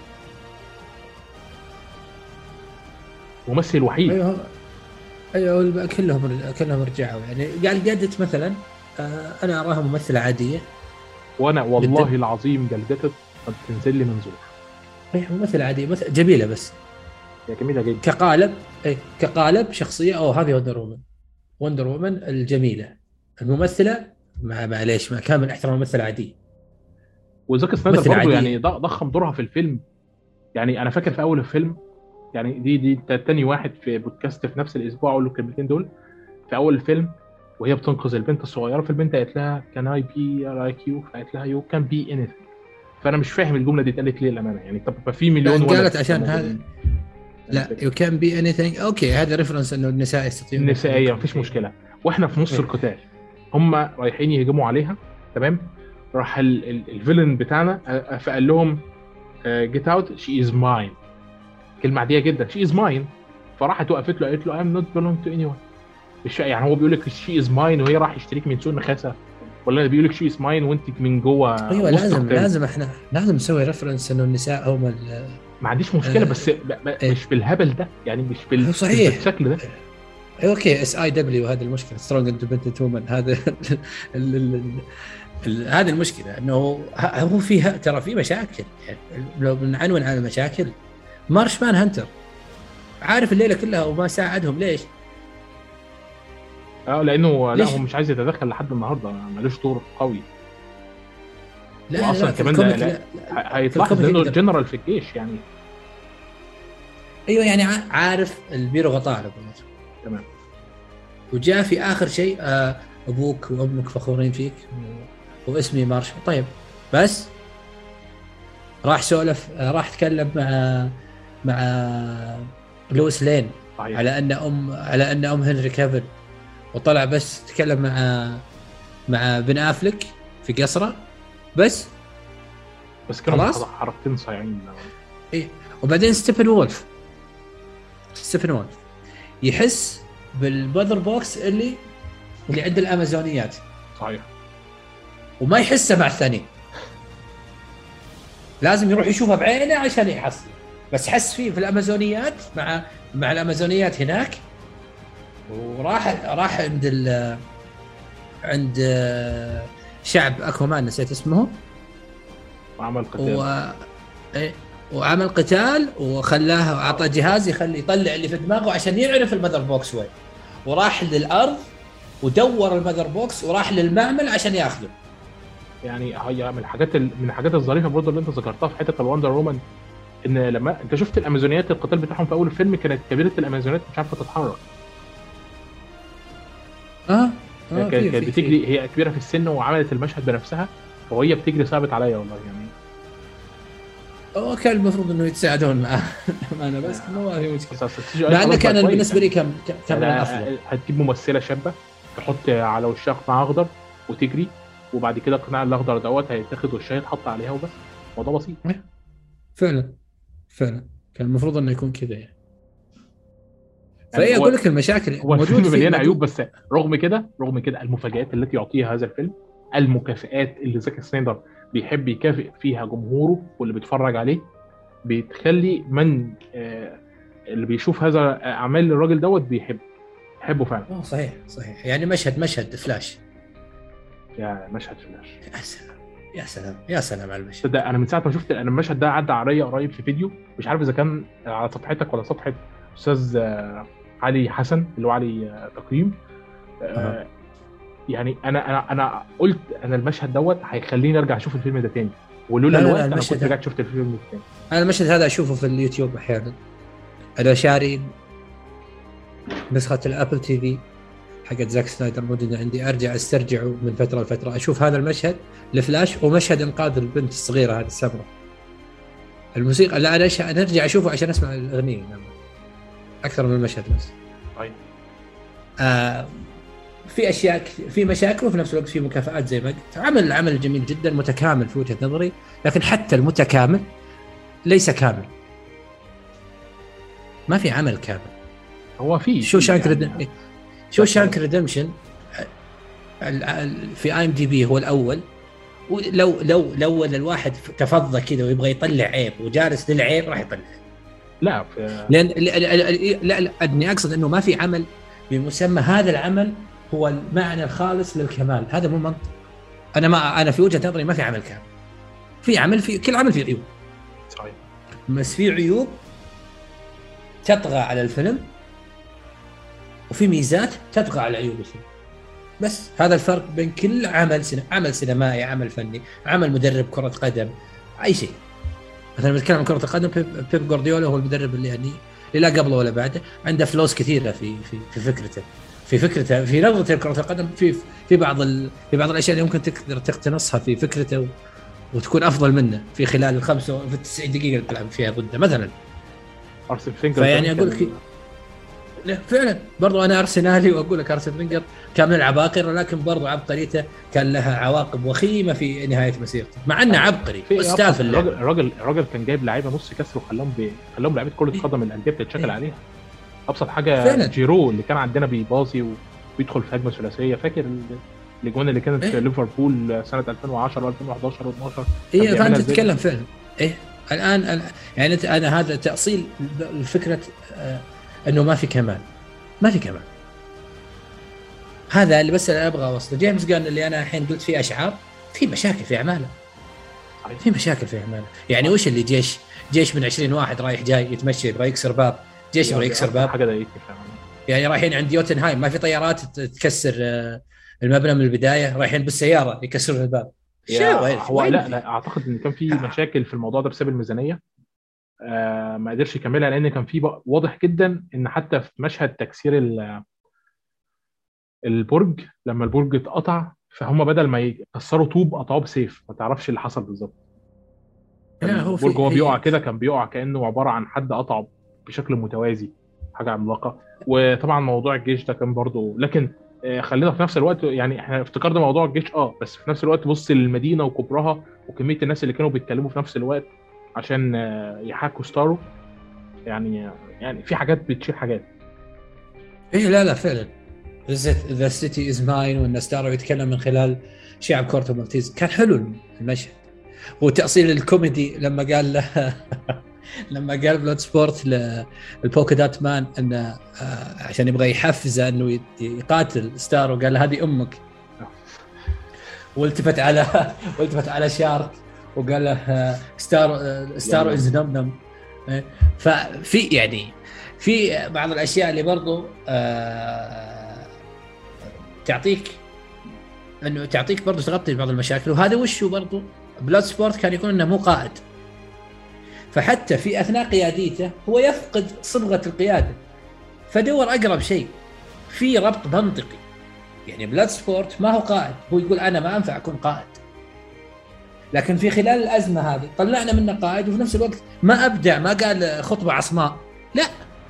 ممثل وحيد. ايوه كلهم رجعوا. يعني قال جدت مثلا انا اراها ممثله عاديه، وانا والله العظيم جلدتت قد تنزل لي منظور. هي ممثله عاديه، جميله، بس هي جميله جدا كقالب شخصيه. هذه وندر وومن الجميله. الممثله معليش ما كامل احترام الممثله عاديه. وزاك سنايدر برضه يعني ضخم دورها في الفيلم. يعني انا فاكر في اول الفيلم، يعني دي تاني واحد في بودكاست في نفس الاسبوع اقول له الكلمتين دول. في اول الفيلم وهي بتنقذ البنت الصغيره، في البنت قالت لها كان اي بي لايك يو، قالت لها يو كان بي اني. فانا مش فاهم الجمله دي اتقالت ليه الامانه. يعني طب في مليون ولد قالت عشان هذا. لا يو كان بي اني ثينج. اوكي هذا ريفرنس انه النساء يستطيعون النسائيه، مفيش مشكله. واحنا في نص القتال هم رايحين يهجموا عليها، تمام؟ راح الفيلن بتاعنا فقال لهم جيت اوت شي از ماين. كلمه عاديه جدا، شي از ماين. فراحت وقفت له قالت له I'm not belong to anyone. يعني هو بيقول لك شي از ماين وهي راح يشتريك من سوق النخاسه، ولا بيقول لك شي از ماين وانت من جوه؟ ايوه لازم احنا لازم نسوي ريفرنس انه النساء هم ما عنديش مشكله بس مش بالهبل ده، يعني مش بالشكل ده. اوكي SIW هذا المشكله، سترونج اندبندنت وومن. هذا هذه المشكله، انه هو فيها ترى في مشاكل. يعني لو بنعنون على المشاكل، مارش مان هانتر عارف الليله كلها وما ساعدهم. ليش؟ لانه لا هو مش عايز يتدخل لحد النهارده، ملوش دور قوي. لا اصلا كمان هيطلع لانه الجنرال في الجيش يعني. ايوه يعني عارف البيرو غطاء على قولته. تمام. وجاء في اخر شيء ابوك وامك فخورين فيك واسمي مارشال. طيب بس راح سولف، راح تكلم مع لويس لين على ان ام هنري كافل، وطلع بس تكلم مع بن افلك في قصره بس كانوا حركتين صايعين. ايه. وبعدين ستيفن وولف يحس بالمذر بوكس اللي عند الامازونيات. صحيح. وما يحسه مع الثاني، لازم يروح يشوفها بعينه عشان يحصل. بس حس فيه في الامازونيات مع الامازونيات هناك. وراح عند شعب اكوامان، نسيت اسمه، وعمل قتال وخلاه، اعطى جهاز يخلي يطلع اللي في دماغه عشان يعرف المذر بوكس وين. وراح للارض ودور المذر بوكس وراح للمعمل عشان ياخذه. يعني هي من الحاجات الظريفه برضه اللي انت ذكرتها في حته الوندر رومان، ان لما انت شفت الامازونيات القتال بتاعهم في اول الفيلم، كانت كبيره الامازونيات مش عارفه تتحرك. كانت بتجري، هي كبيره في السن وعملت المشهد بنفسها، وهي بتجري صعبت عليا والله يعني. كان المفروض انه يتساعدون معه انا بس ما في مشكله. مع انه كان بالنسبه لي كان من الافضل. هتجيب ممثله شابه تحط على وشها قناع اخضر وتجري، وبعد كده القناع الاخضر دوت هيتاخد وشها يتحط عليها وبس. موضوع بسيط. فعلا كان المفروض انه يكون كذا يعني. فهي اقول لك المشاكل هو الفيلم مليان عيوب، بس رغم كده المفاجآت التي يعطيها هذا الفيلم، المكافئات اللي زاك سنايدر بيحب يكافئ فيها جمهوره واللي بيتفرج عليه، بتخلي من اللي بيشوف هذا اعمال الراجل دوت بيحبه فعلا. صحيح يعني مشهد فلاش، مشهد فلاش، يا سلام على المشهد ده. انا من ساعه ما شفت المشهد ده عدى عليا قريب في فيديو، مش عارف اذا كان على صفحتك ولا صفحه استاذ علي حسن اللي هو علي تقييم. يعني انا قلت انا المشهد دوت هيخليني ارجع اشوف الفيلم ده تاني، ولولا الوقت انا كنت رجعت شفت الفيلم ده تاني. انا المشهد هذا اشوفه في اليوتيوب احيانا. انا شاري نسخه الابل تي في حقت زاك سنايدر موجوده عندي، ارجع استرجعه من فتره لفتره، اشوف هذا المشهد الفلاش ومشهد انقاذ البنت الصغيره هذه السمراء. الموسيقى لا انا ارجع اشوفه عشان اسمع الاغنيه اكثر من المشهد بس. طيب في اشياء، في مشاكل وفي نفس الوقت في مكافآت زي ما قلت. عمل جميل جدا متكامل في وجهه نظري، لكن حتى المتكامل ليس كامل. ما في عمل كامل. هو في شوشانك ريدمشن في IMDb هو الاول. ولو الواحد تفضى كذا ويبغى يطلع عيب وجالس للعيب راح يطلع. لا لان لا اني اقصد انه ما في عمل بمسمى هذا العمل هو المعنى الخالص للكمال. هذا مو منطق. انا في وجهة نظري ما في عمل كامل. في عمل، في كل عمل فيه عيوب صحيح، بس في عيوب تطغى على الفيلم وفي ميزات تطغى على عيوب الفيلم. بس هذا الفرق بين كل عمل سينمائي، عمل فني، عمل مدرب كرة قدم، اي شيء. مثلا بنتكلم عن كرة القدم، بيب جوارديولا هو المدرب اللي يعني لا قبله ولا بعده، عنده فلوس كثيرة في فكرته في نظرة كرة القدم، في بعض الاشياء اللي ممكن تقدر تقتنصها في فكرته وتكون افضل منه في خلال في 90 دقيقة اللي تلعب فيها ضده. مثلا أرسن فينجر، فيعني اقول لك فعلا برضو انا ارسنالي واقول لك ارسن فينجر كان من العباقرة، لكن برضو عبقريته كان لها عواقب وخيمة في نهاية مسيرته، مع انه عبقري استاذ في اللعب. الراجل كان جايب لعيبه نص كسر وخلاهم لعيبه كرة قدم الانديه بتتشكل عليها. ابسط حاجه فعلا. جيرو اللي كان عندنا بيباصي ويدخل في هجمه ثلاثيه، فاكر الاجوان اللي كانت في ليفربول سنه 2010 و2011 و12. ايه فانت تتكلم فعلا. ايه الان يعني انا هذا تاصيل الفكره انه ما في كمال. هذا اللي بس أنا ابغى اوصله. جيمس قال اللي انا الحين قلت فيه اشعار، في مشاكل في اعماله، يعني وش اللي جيش من 20 واحد رايح جاي يتمشى يبغى يكسر باب، جيش يبغى يكسر باب. حاجه ضايقتني يعني رايحين عند يوتنهايم ما في طيارات تكسر المبنى من البدايه، رايحين بالسياره يكسرون الباب. هو لا اعتقد ان كان في مشاكل في الموضوع ده بسبب الميزانيه. ما قدرش يكملها، لان كان في واضح جدا ان حتى في مشهد تكسير البرج، لما البرج اتقطع فهم بدل ما يكسروا طوب قطعوه بسيف، ما تعرفش اللي حصل بالظبط. البرج هو بيقع كده كان بيقع كانه عباره عن حد قطعه بشكل متوازي، حاجه عملاقه. وطبعا موضوع الجيش ده كان برضه، لكن خلينا في نفس الوقت يعني احنا افتكرنا موضوع الجيش بس في نفس الوقت بص للمدينه وكبرها وكميه الناس اللي كانوا بيتكلموا في نفس الوقت عشان يحاكوا ستارو. يعني في حاجات بتشيل حاجات. لا فعلا ذا سيتي از ماين، وان ستارو يتكلم من خلال شعب كورتو مالتيز، كان حلو المشهد. وتأصيل الكوميدي لما قال له لما قال بلود سبورت للبوكيدات مان انه عشان يبغى يحفزه انه يقاتل ستارو، قال له هذه امك. والتفت على شارك وقال له ستارو از نم. ففي يعني في بعض الاشياء اللي برضو تعطيك برضو تغطي بعض المشاكل. وهذا وشو برضو بلود سبورت كان يقول انه مو قائد، فحتى في اثناء قياديته هو يفقد صبغه القياده، فدور اقرب شيء في ربط منطقي. يعني بلود سبورت ما هو قائد، هو يقول انا ما انفع اكون قائد، لكن في خلال الازمه هذه طلعنا منه قائد، وفي نفس الوقت ما ابدع، ما قال خطبه عصماء، لا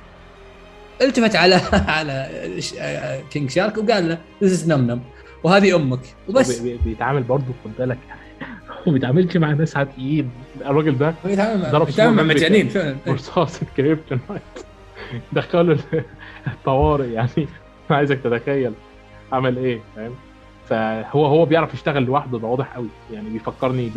التفت على كينج شارك وقال له ذس نم وهذه امك وبس. بيتعامل برضه خد بالك، هو بيتعاملش مع ناس عاديين. الراجل ده بيتعامل مع مجانين فعلا. رصاص الكريبتونايت دخلوا الطوارئ. يعني عايزك تتخيل عمل ايه، فاهم؟ فهو بيعرف يشتغل لوحده، ده واضح قوي. يعني بيفكرني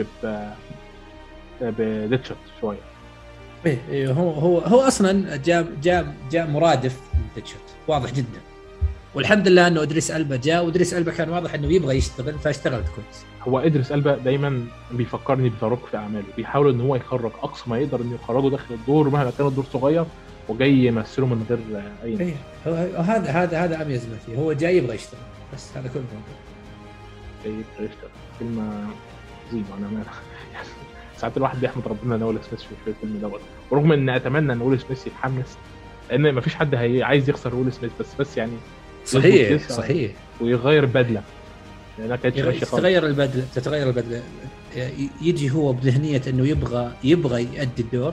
بديتشارد شويه. ايه هو اصلا جاء مرادف لديتشارد واضح جدا. والحمد لله انه ادريس ألبا جاء، وادريس ألبا كان واضح انه يبغى يشتغل، فاشتغل كويس. هو ادريس ألبا دايما بيفكرني بفاروق في اعماله، بيحاول ان هو يخرج اقصى ما يقدر انه يخرجه داخل الدور مهما كان الدور صغير، وجاي يمثله من غير اي هذا اميز ما فيه، هو جاي يبغى يشتغل بس، هذا كله جاي يبغى يشتغل. كلمه عظيمه. انا ساعات الواحد بيحمد ربنا ان ويل سميث في الفيلم ده، ورغم ان اتمنى ان ويل سميث يتحمس، لان مفيش حد عايز يخسر ويل سميث، بس يعني صحيح ويغير بدله، لانها كانت ماشيه خالص. تتغير البدله يجي هو بذهنيه انه يبغى يؤدي الدور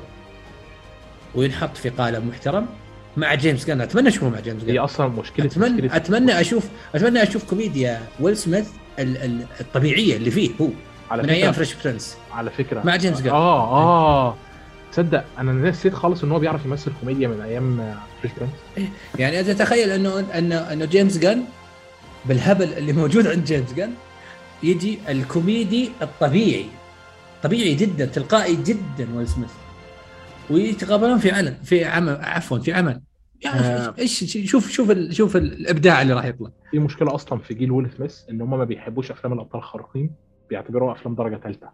وينحط في قالب محترم مع جيمس جان. اتمنى اشوفه مع جيمس جان. هي اصلا مشكله اتمنى اشوف كوميديا ويل سميث الطبيعيه اللي فيه هو من ايام فريش برنس على فكره مع جيمس جان. تصدق انا نسيت خالص ان هو بيعرف يمثل كوميديا من ايام فريش برنس. يعني اذا تخيل انه جيمس جان بالهبل اللي موجود عند جيمس جان، يجي الكوميدي الطبيعي جدا، تلقائي جدا ويل سميث، ويتقابلون في عمل يعني ايش شوف الابداع اللي راح يطلع. في مشكله اصلا في جيل ويل سميث ان هم ما بيحبوش افلام الابطال الخارقين، بيعتبروها افلام درجه ثالثه.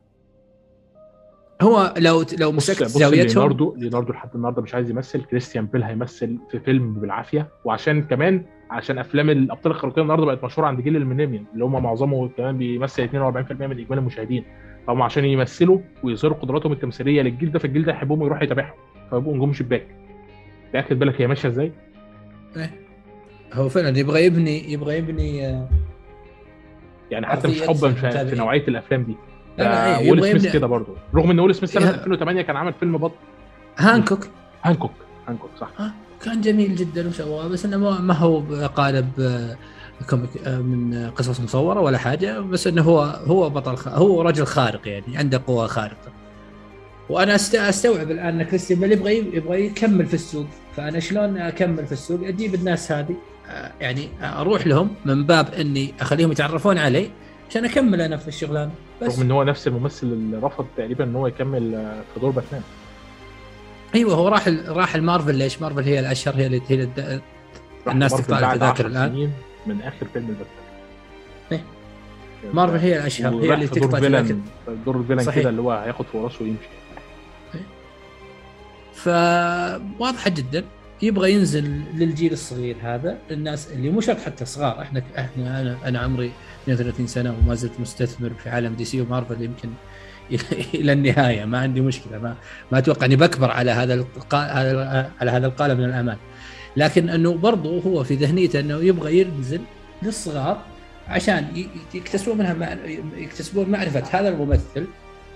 هو لو مسكت زاويتهم، ليوناردو لحد النهارده مش عايز يمثل. كريستيان بيل هيمثل في فيلم بالعافيه، وعشان افلام الابطال الخارقين النهارده بقت مشهوره عند جيل الميلينيوم اللي هم معظمهم كمان بيمثل 42% من اجمالي المشاهدين. فهم عشان يمثلوا ويظهروا قدراتهم التمثيليه للجيل ده، في الجيل ده يحبهم ويروح يتابعهم، فيبقوا نجوم شباك. تاخد بالك هي ماشيه ازاي؟ هو فعلا يبغى يبني يعني حتى مش حبا في نوعيه الافلام دي. ويل سميث كده برضه، رغم ان ويل سميث سنه 2008 كان عمل فيلم بط هانكوك صح. كان جميل جدا وسواه، بس انه ما هو قالب كوميك من قصص مصوره ولا حاجه، بس انه هو بطل هو رجل خارق، يعني عنده قوه خارقه. وانا استوعب الان ان كريستيان بيل يبغى يكمل في السوق، فانا شلون اكمل في السوق؟ اجيب الناس هذه يعني اروح لهم من باب اني اخليهم يتعرفون علي عشان اكمل انا في الشغلانه. بس رغم ان هو نفس الممثل اللي رفض تقريبا ان هو يكمل في دور باتمان. ايوه هو راح المارفل. ليش مارفل هي الاشهر، هي الناس تطالع تذاكر الان من اخر فيلم باتمان. مارفل هي الاشهر، هي اللي تقطع تذاكر دور الفيلن كده اللي هو هياخد في راسه ويمشي. فواضحه جدا يبغى ينزل للجيل الصغير هذا، الناس اللي مو شرط حتى صغار، احنا انا عمري 32 سنه وما زلت مستثمر في عالم دي سي ومارفل يمكن الى النهايه، ما عندي مشكله، ما اتوقع اني بكبر على على هذا القالب من الامان. لكن انه برضه هو في ذهنيته انه يبغى ينزل للصغار عشان يكتسبون معرفه هذا الممثل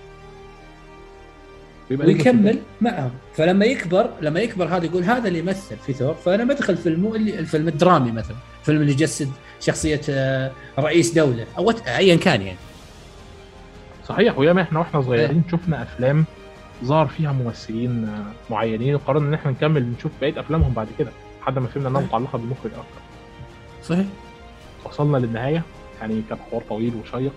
ويكمل معهم. فلما يكبر هذا يقول هذا اللي يمثل في ثور، فانا بدخل فيلمه اللي الفيلم الدرامي مثلا، فيلم اللي يجسد شخصيه رئيس دوله او ايا كان يعني. صحيح. وياما احنا واحنا صغيرين شفنا افلام ظهر فيها ممثلين معينين وقررنا ان احنا نكمل نشوف بقيه افلامهم بعد كده لحد ما فهمنا انها متعلقه بالمخرج اكتر. صحيح. وصلنا للنهايه، يعني كان حوار طويل وشيق.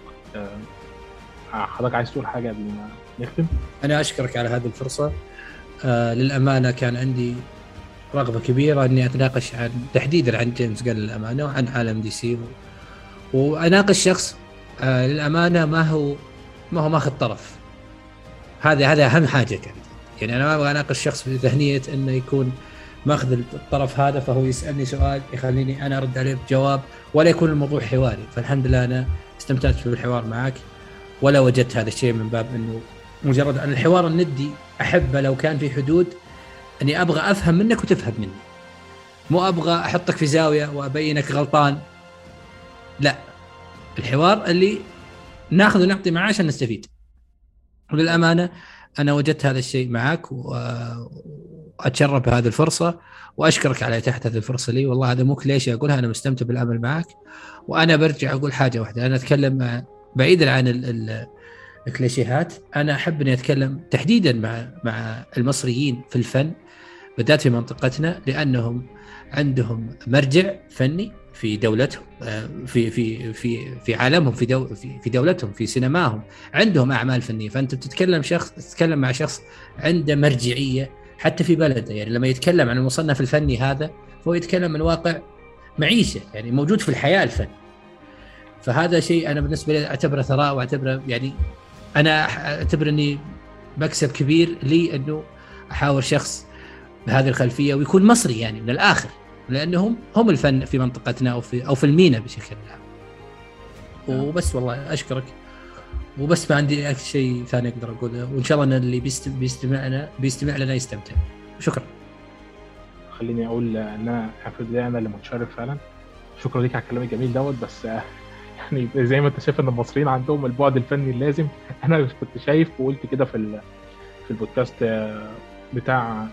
حضرتك عايز تقول حاجه قبل ما نختم؟ انا اشكرك على هذه الفرصه. للامانه كان عندي رغبه كبيره اني اتناقش تحديدا عن جيمس جن للامانه وعن عالم دي سي، واناقش شخص للامانه ما هو ماخذ طرف. هذا اهم حاجه كانت. يعني انا ما ابغى اناقش شخص في ذهنيه انه يكون ماخذ الطرف هذا فهو يسالني سؤال يخليني انا ارد عليه بجواب، ولا يكون الموضوع حواري. فالحمد لله انا استمتعت في الحوار معك، ولا وجدت هذا الشيء من باب انه مجرد أن الحوار الندي احبه لو كان في حدود اني ابغى افهم منك وتفهم مني، مو ابغى احطك في زاويه وابينك غلطان. لا، الحوار اللي ناخذ ونعطي معاه عشان نستفيد. وللامانه انا وجدت هذا الشيء معك واتشرف بهذه الفرصه، واشكرك على اتاحه هذه الفرصه لي. والله هذا مو كليشة اقولها، انا مستمتع بالعمل معك. وانا برجع اقول حاجه واحده، انا اتكلم بعيدا عن الكليشيهات، انا احب اني اتكلم تحديدا مع المصريين في الفن بالذات في منطقتنا، لانهم عندهم مرجع فني في دولتهم، في عالمهم، في دولتهم، في سينماهم، عندهم اعمال فنيه. فانت تتكلم مع شخص عنده مرجعيه حتى في بلده. يعني لما يتكلم عن المصنف الفني هذا فهو يتكلم من واقع معيشه، يعني موجود في الحياه الفن. فهذا شيء انا بالنسبه لي اعتبره ثراء، واعتبره يعني انا اعتبر اني مكسب كبير لي انه احاور شخص بهذه الخلفيه ويكون مصري يعني من الاخر، لانهم هم الفن في منطقتنا او في المينا بشكل عام. وبس والله اشكرك، وبس ما عندي شيء ثاني اقدر اقوله، وان شاء الله ان اللي بيستمع لنا يستمتع. شكرا. خليني اقول ان انا حافظ انا اللي متشرف فعلا. شكرا ليك على الكلام الجميل دوت. بس يعني زي ما انت شايف ان المصريين عندهم البعد الفني اللازم. انا كنت شايف وقلت كده في البودكاست بتاع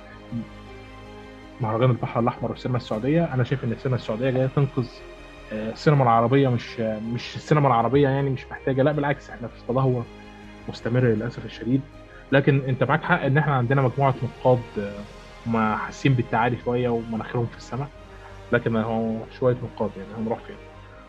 مهرجان البحر الاحمر والسينما السعوديه، انا شايف ان السينما السعوديه جايه تنقذ السينما العربيه. مش السينما العربيه يعني مش محتاجه، لا بالعكس، احنا في تدهور مستمر للاسف الشديد. لكن انت معاك حق ان احنا عندنا مجموعه نقاد ما حاسين بالتعالي شويه ومناخيرهم في السماء، لكن هو شويه نقاد يعني هنروح فين؟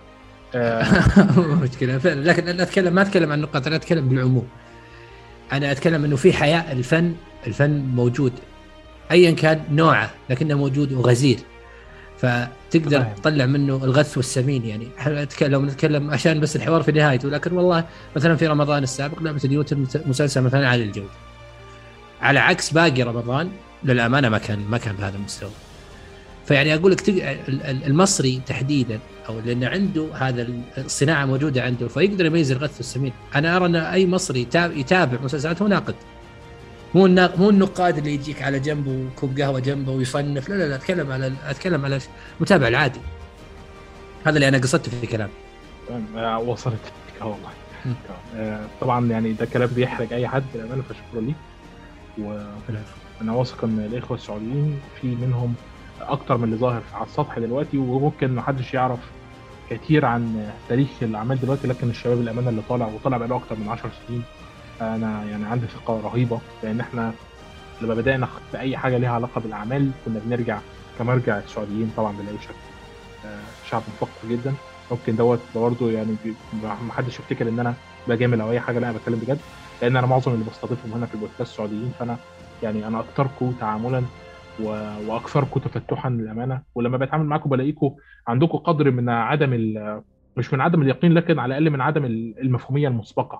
مشكله فعلا. لكن انا ما اتكلم عن نقاط، انا اتكلم بالعموم. انا اتكلم انه في حياه الفن موجود ايا كان نوعه، لكنه موجود وغزير، فتقدر تطلع منه الغث والسمين. يعني لو نتكلم عشان بس الحوار في نهايته، لكن والله مثلا في رمضان السابق لعبة نيوتن مسلسل مثلا عالي الجودة، على عكس باقي رمضان للأمانة ما كان بهذا المستوى. فيعني أقول لك المصري تحديدا، أو لأن عنده هذا الصناعة موجودة عنده، فيقدر يميز الغث والسمين. أنا أرى أن أي مصري يتابع مسلسلات هو ناقد، مو النقاد اللي يجيك على جنبه وكوب قهوة جنبه ويصنف. لا أتكلم على المتابع العادي. هذا اللي أنا قصدته في كلام. وصلت والله. طبعا يعني ده كلام بيحرج أي حد للأمانة، فشكرا ليك. وأنا واثق إن الإخوة السعوديين في منهم أكتر من اللي ظاهر على السطح دلوقتي، وممكن محدش يعرف كتير عن تاريخ الأعمال دلوقتي، لكن الشباب الأمانة اللي طالع بقاله أكتر من 10 سنين، أنا يعني عندي ثقة رهيبة. لأن إحنا لما بدأنا في أي حاجة ليها علاقة بالأعمال كنا بنرجع كمرجع السعوديين طبعا بلا شك. شعب مفكر جدا. ممكن دوت برضه يعني ما حدش يفتكر ان انا بجامل او اي حاجه، لا انا بتكلم بجد، لان انا معظم اللي بستضيفهم هنا في البودكاست السعوديين. فانا يعني انا اكثركم تعاملا واكثركم تفتحا للامانه. ولما بتعامل معاكم بلاقيكم عندكم قدر من مش من عدم اليقين، لكن على الاقل من عدم المفهوميه المسبقه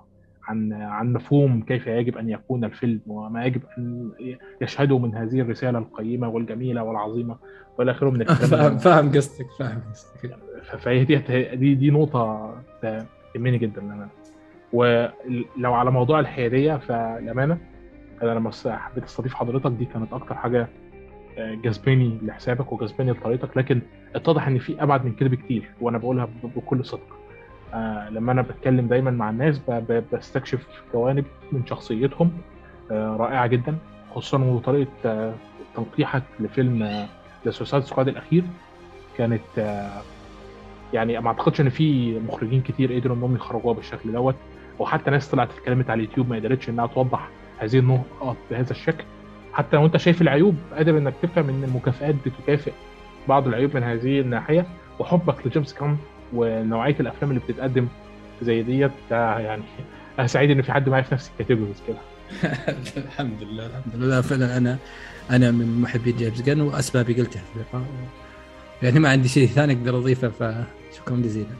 عن مفهوم كيف يجب ان يكون الفيلم وما يجب ان يشهده من هذه الرساله القيمه والجميله والعظيمه والى اخره من الكلام. فاهم قصدك. فهي دي نقطه تهمني جدا للامانه. ولو على موضوع الحياديه فالامانه انا لما حبيت استضيف حضرتك دي كانت اكتر حاجه جذباني لحسابك وجذباني لطريقتك، لكن اتضح ان في ابعد من كده بكتير، وانا بقولها بكل صدق. لما انا بتكلم دايما مع الناس بستكشف جوانب من شخصيتهم رائعه جدا، خصوصا طريقه تنقيحك لفيلم ذا سوسايد سكواد الاخير كانت يعني ما اعتقدش ان في مخرجين كتير قدروا انهم يخرجوها بالشكل دوت، وحتى ناس طلعت اتكلمت على اليوتيوب ما قدرتش انها توضح هذه النقط بهذا الشكل. حتى لو انت شايف العيوب قادر انك تفهم ان المكافآت بتكافئ بعض العيوب من هذه الناحيه، وحبك لجيمس كان ونوعيه الافلام اللي بتتقدم زي ديت يعني انا سعيد ان في حد معايا في نفس الكاتيجوريز كده. الحمد لله الحمد لله. فعلا انا من محبي جيمس جان واسبابي قلتها في اللقاء، يعني ما عندي شيء ثاني اقدر اضيفه، فشكرا جزيلا.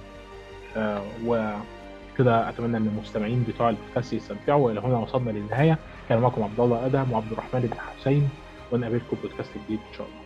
وكده اتمنى ان المستمعين بتوع البودكاست يستمتعوا. والى هنا وصلنا للنهايه. كان معكم عبد الله ادهم وعبد الرحمن بن حسين، ونقابلكم بودكاست جديد ان شاء الله.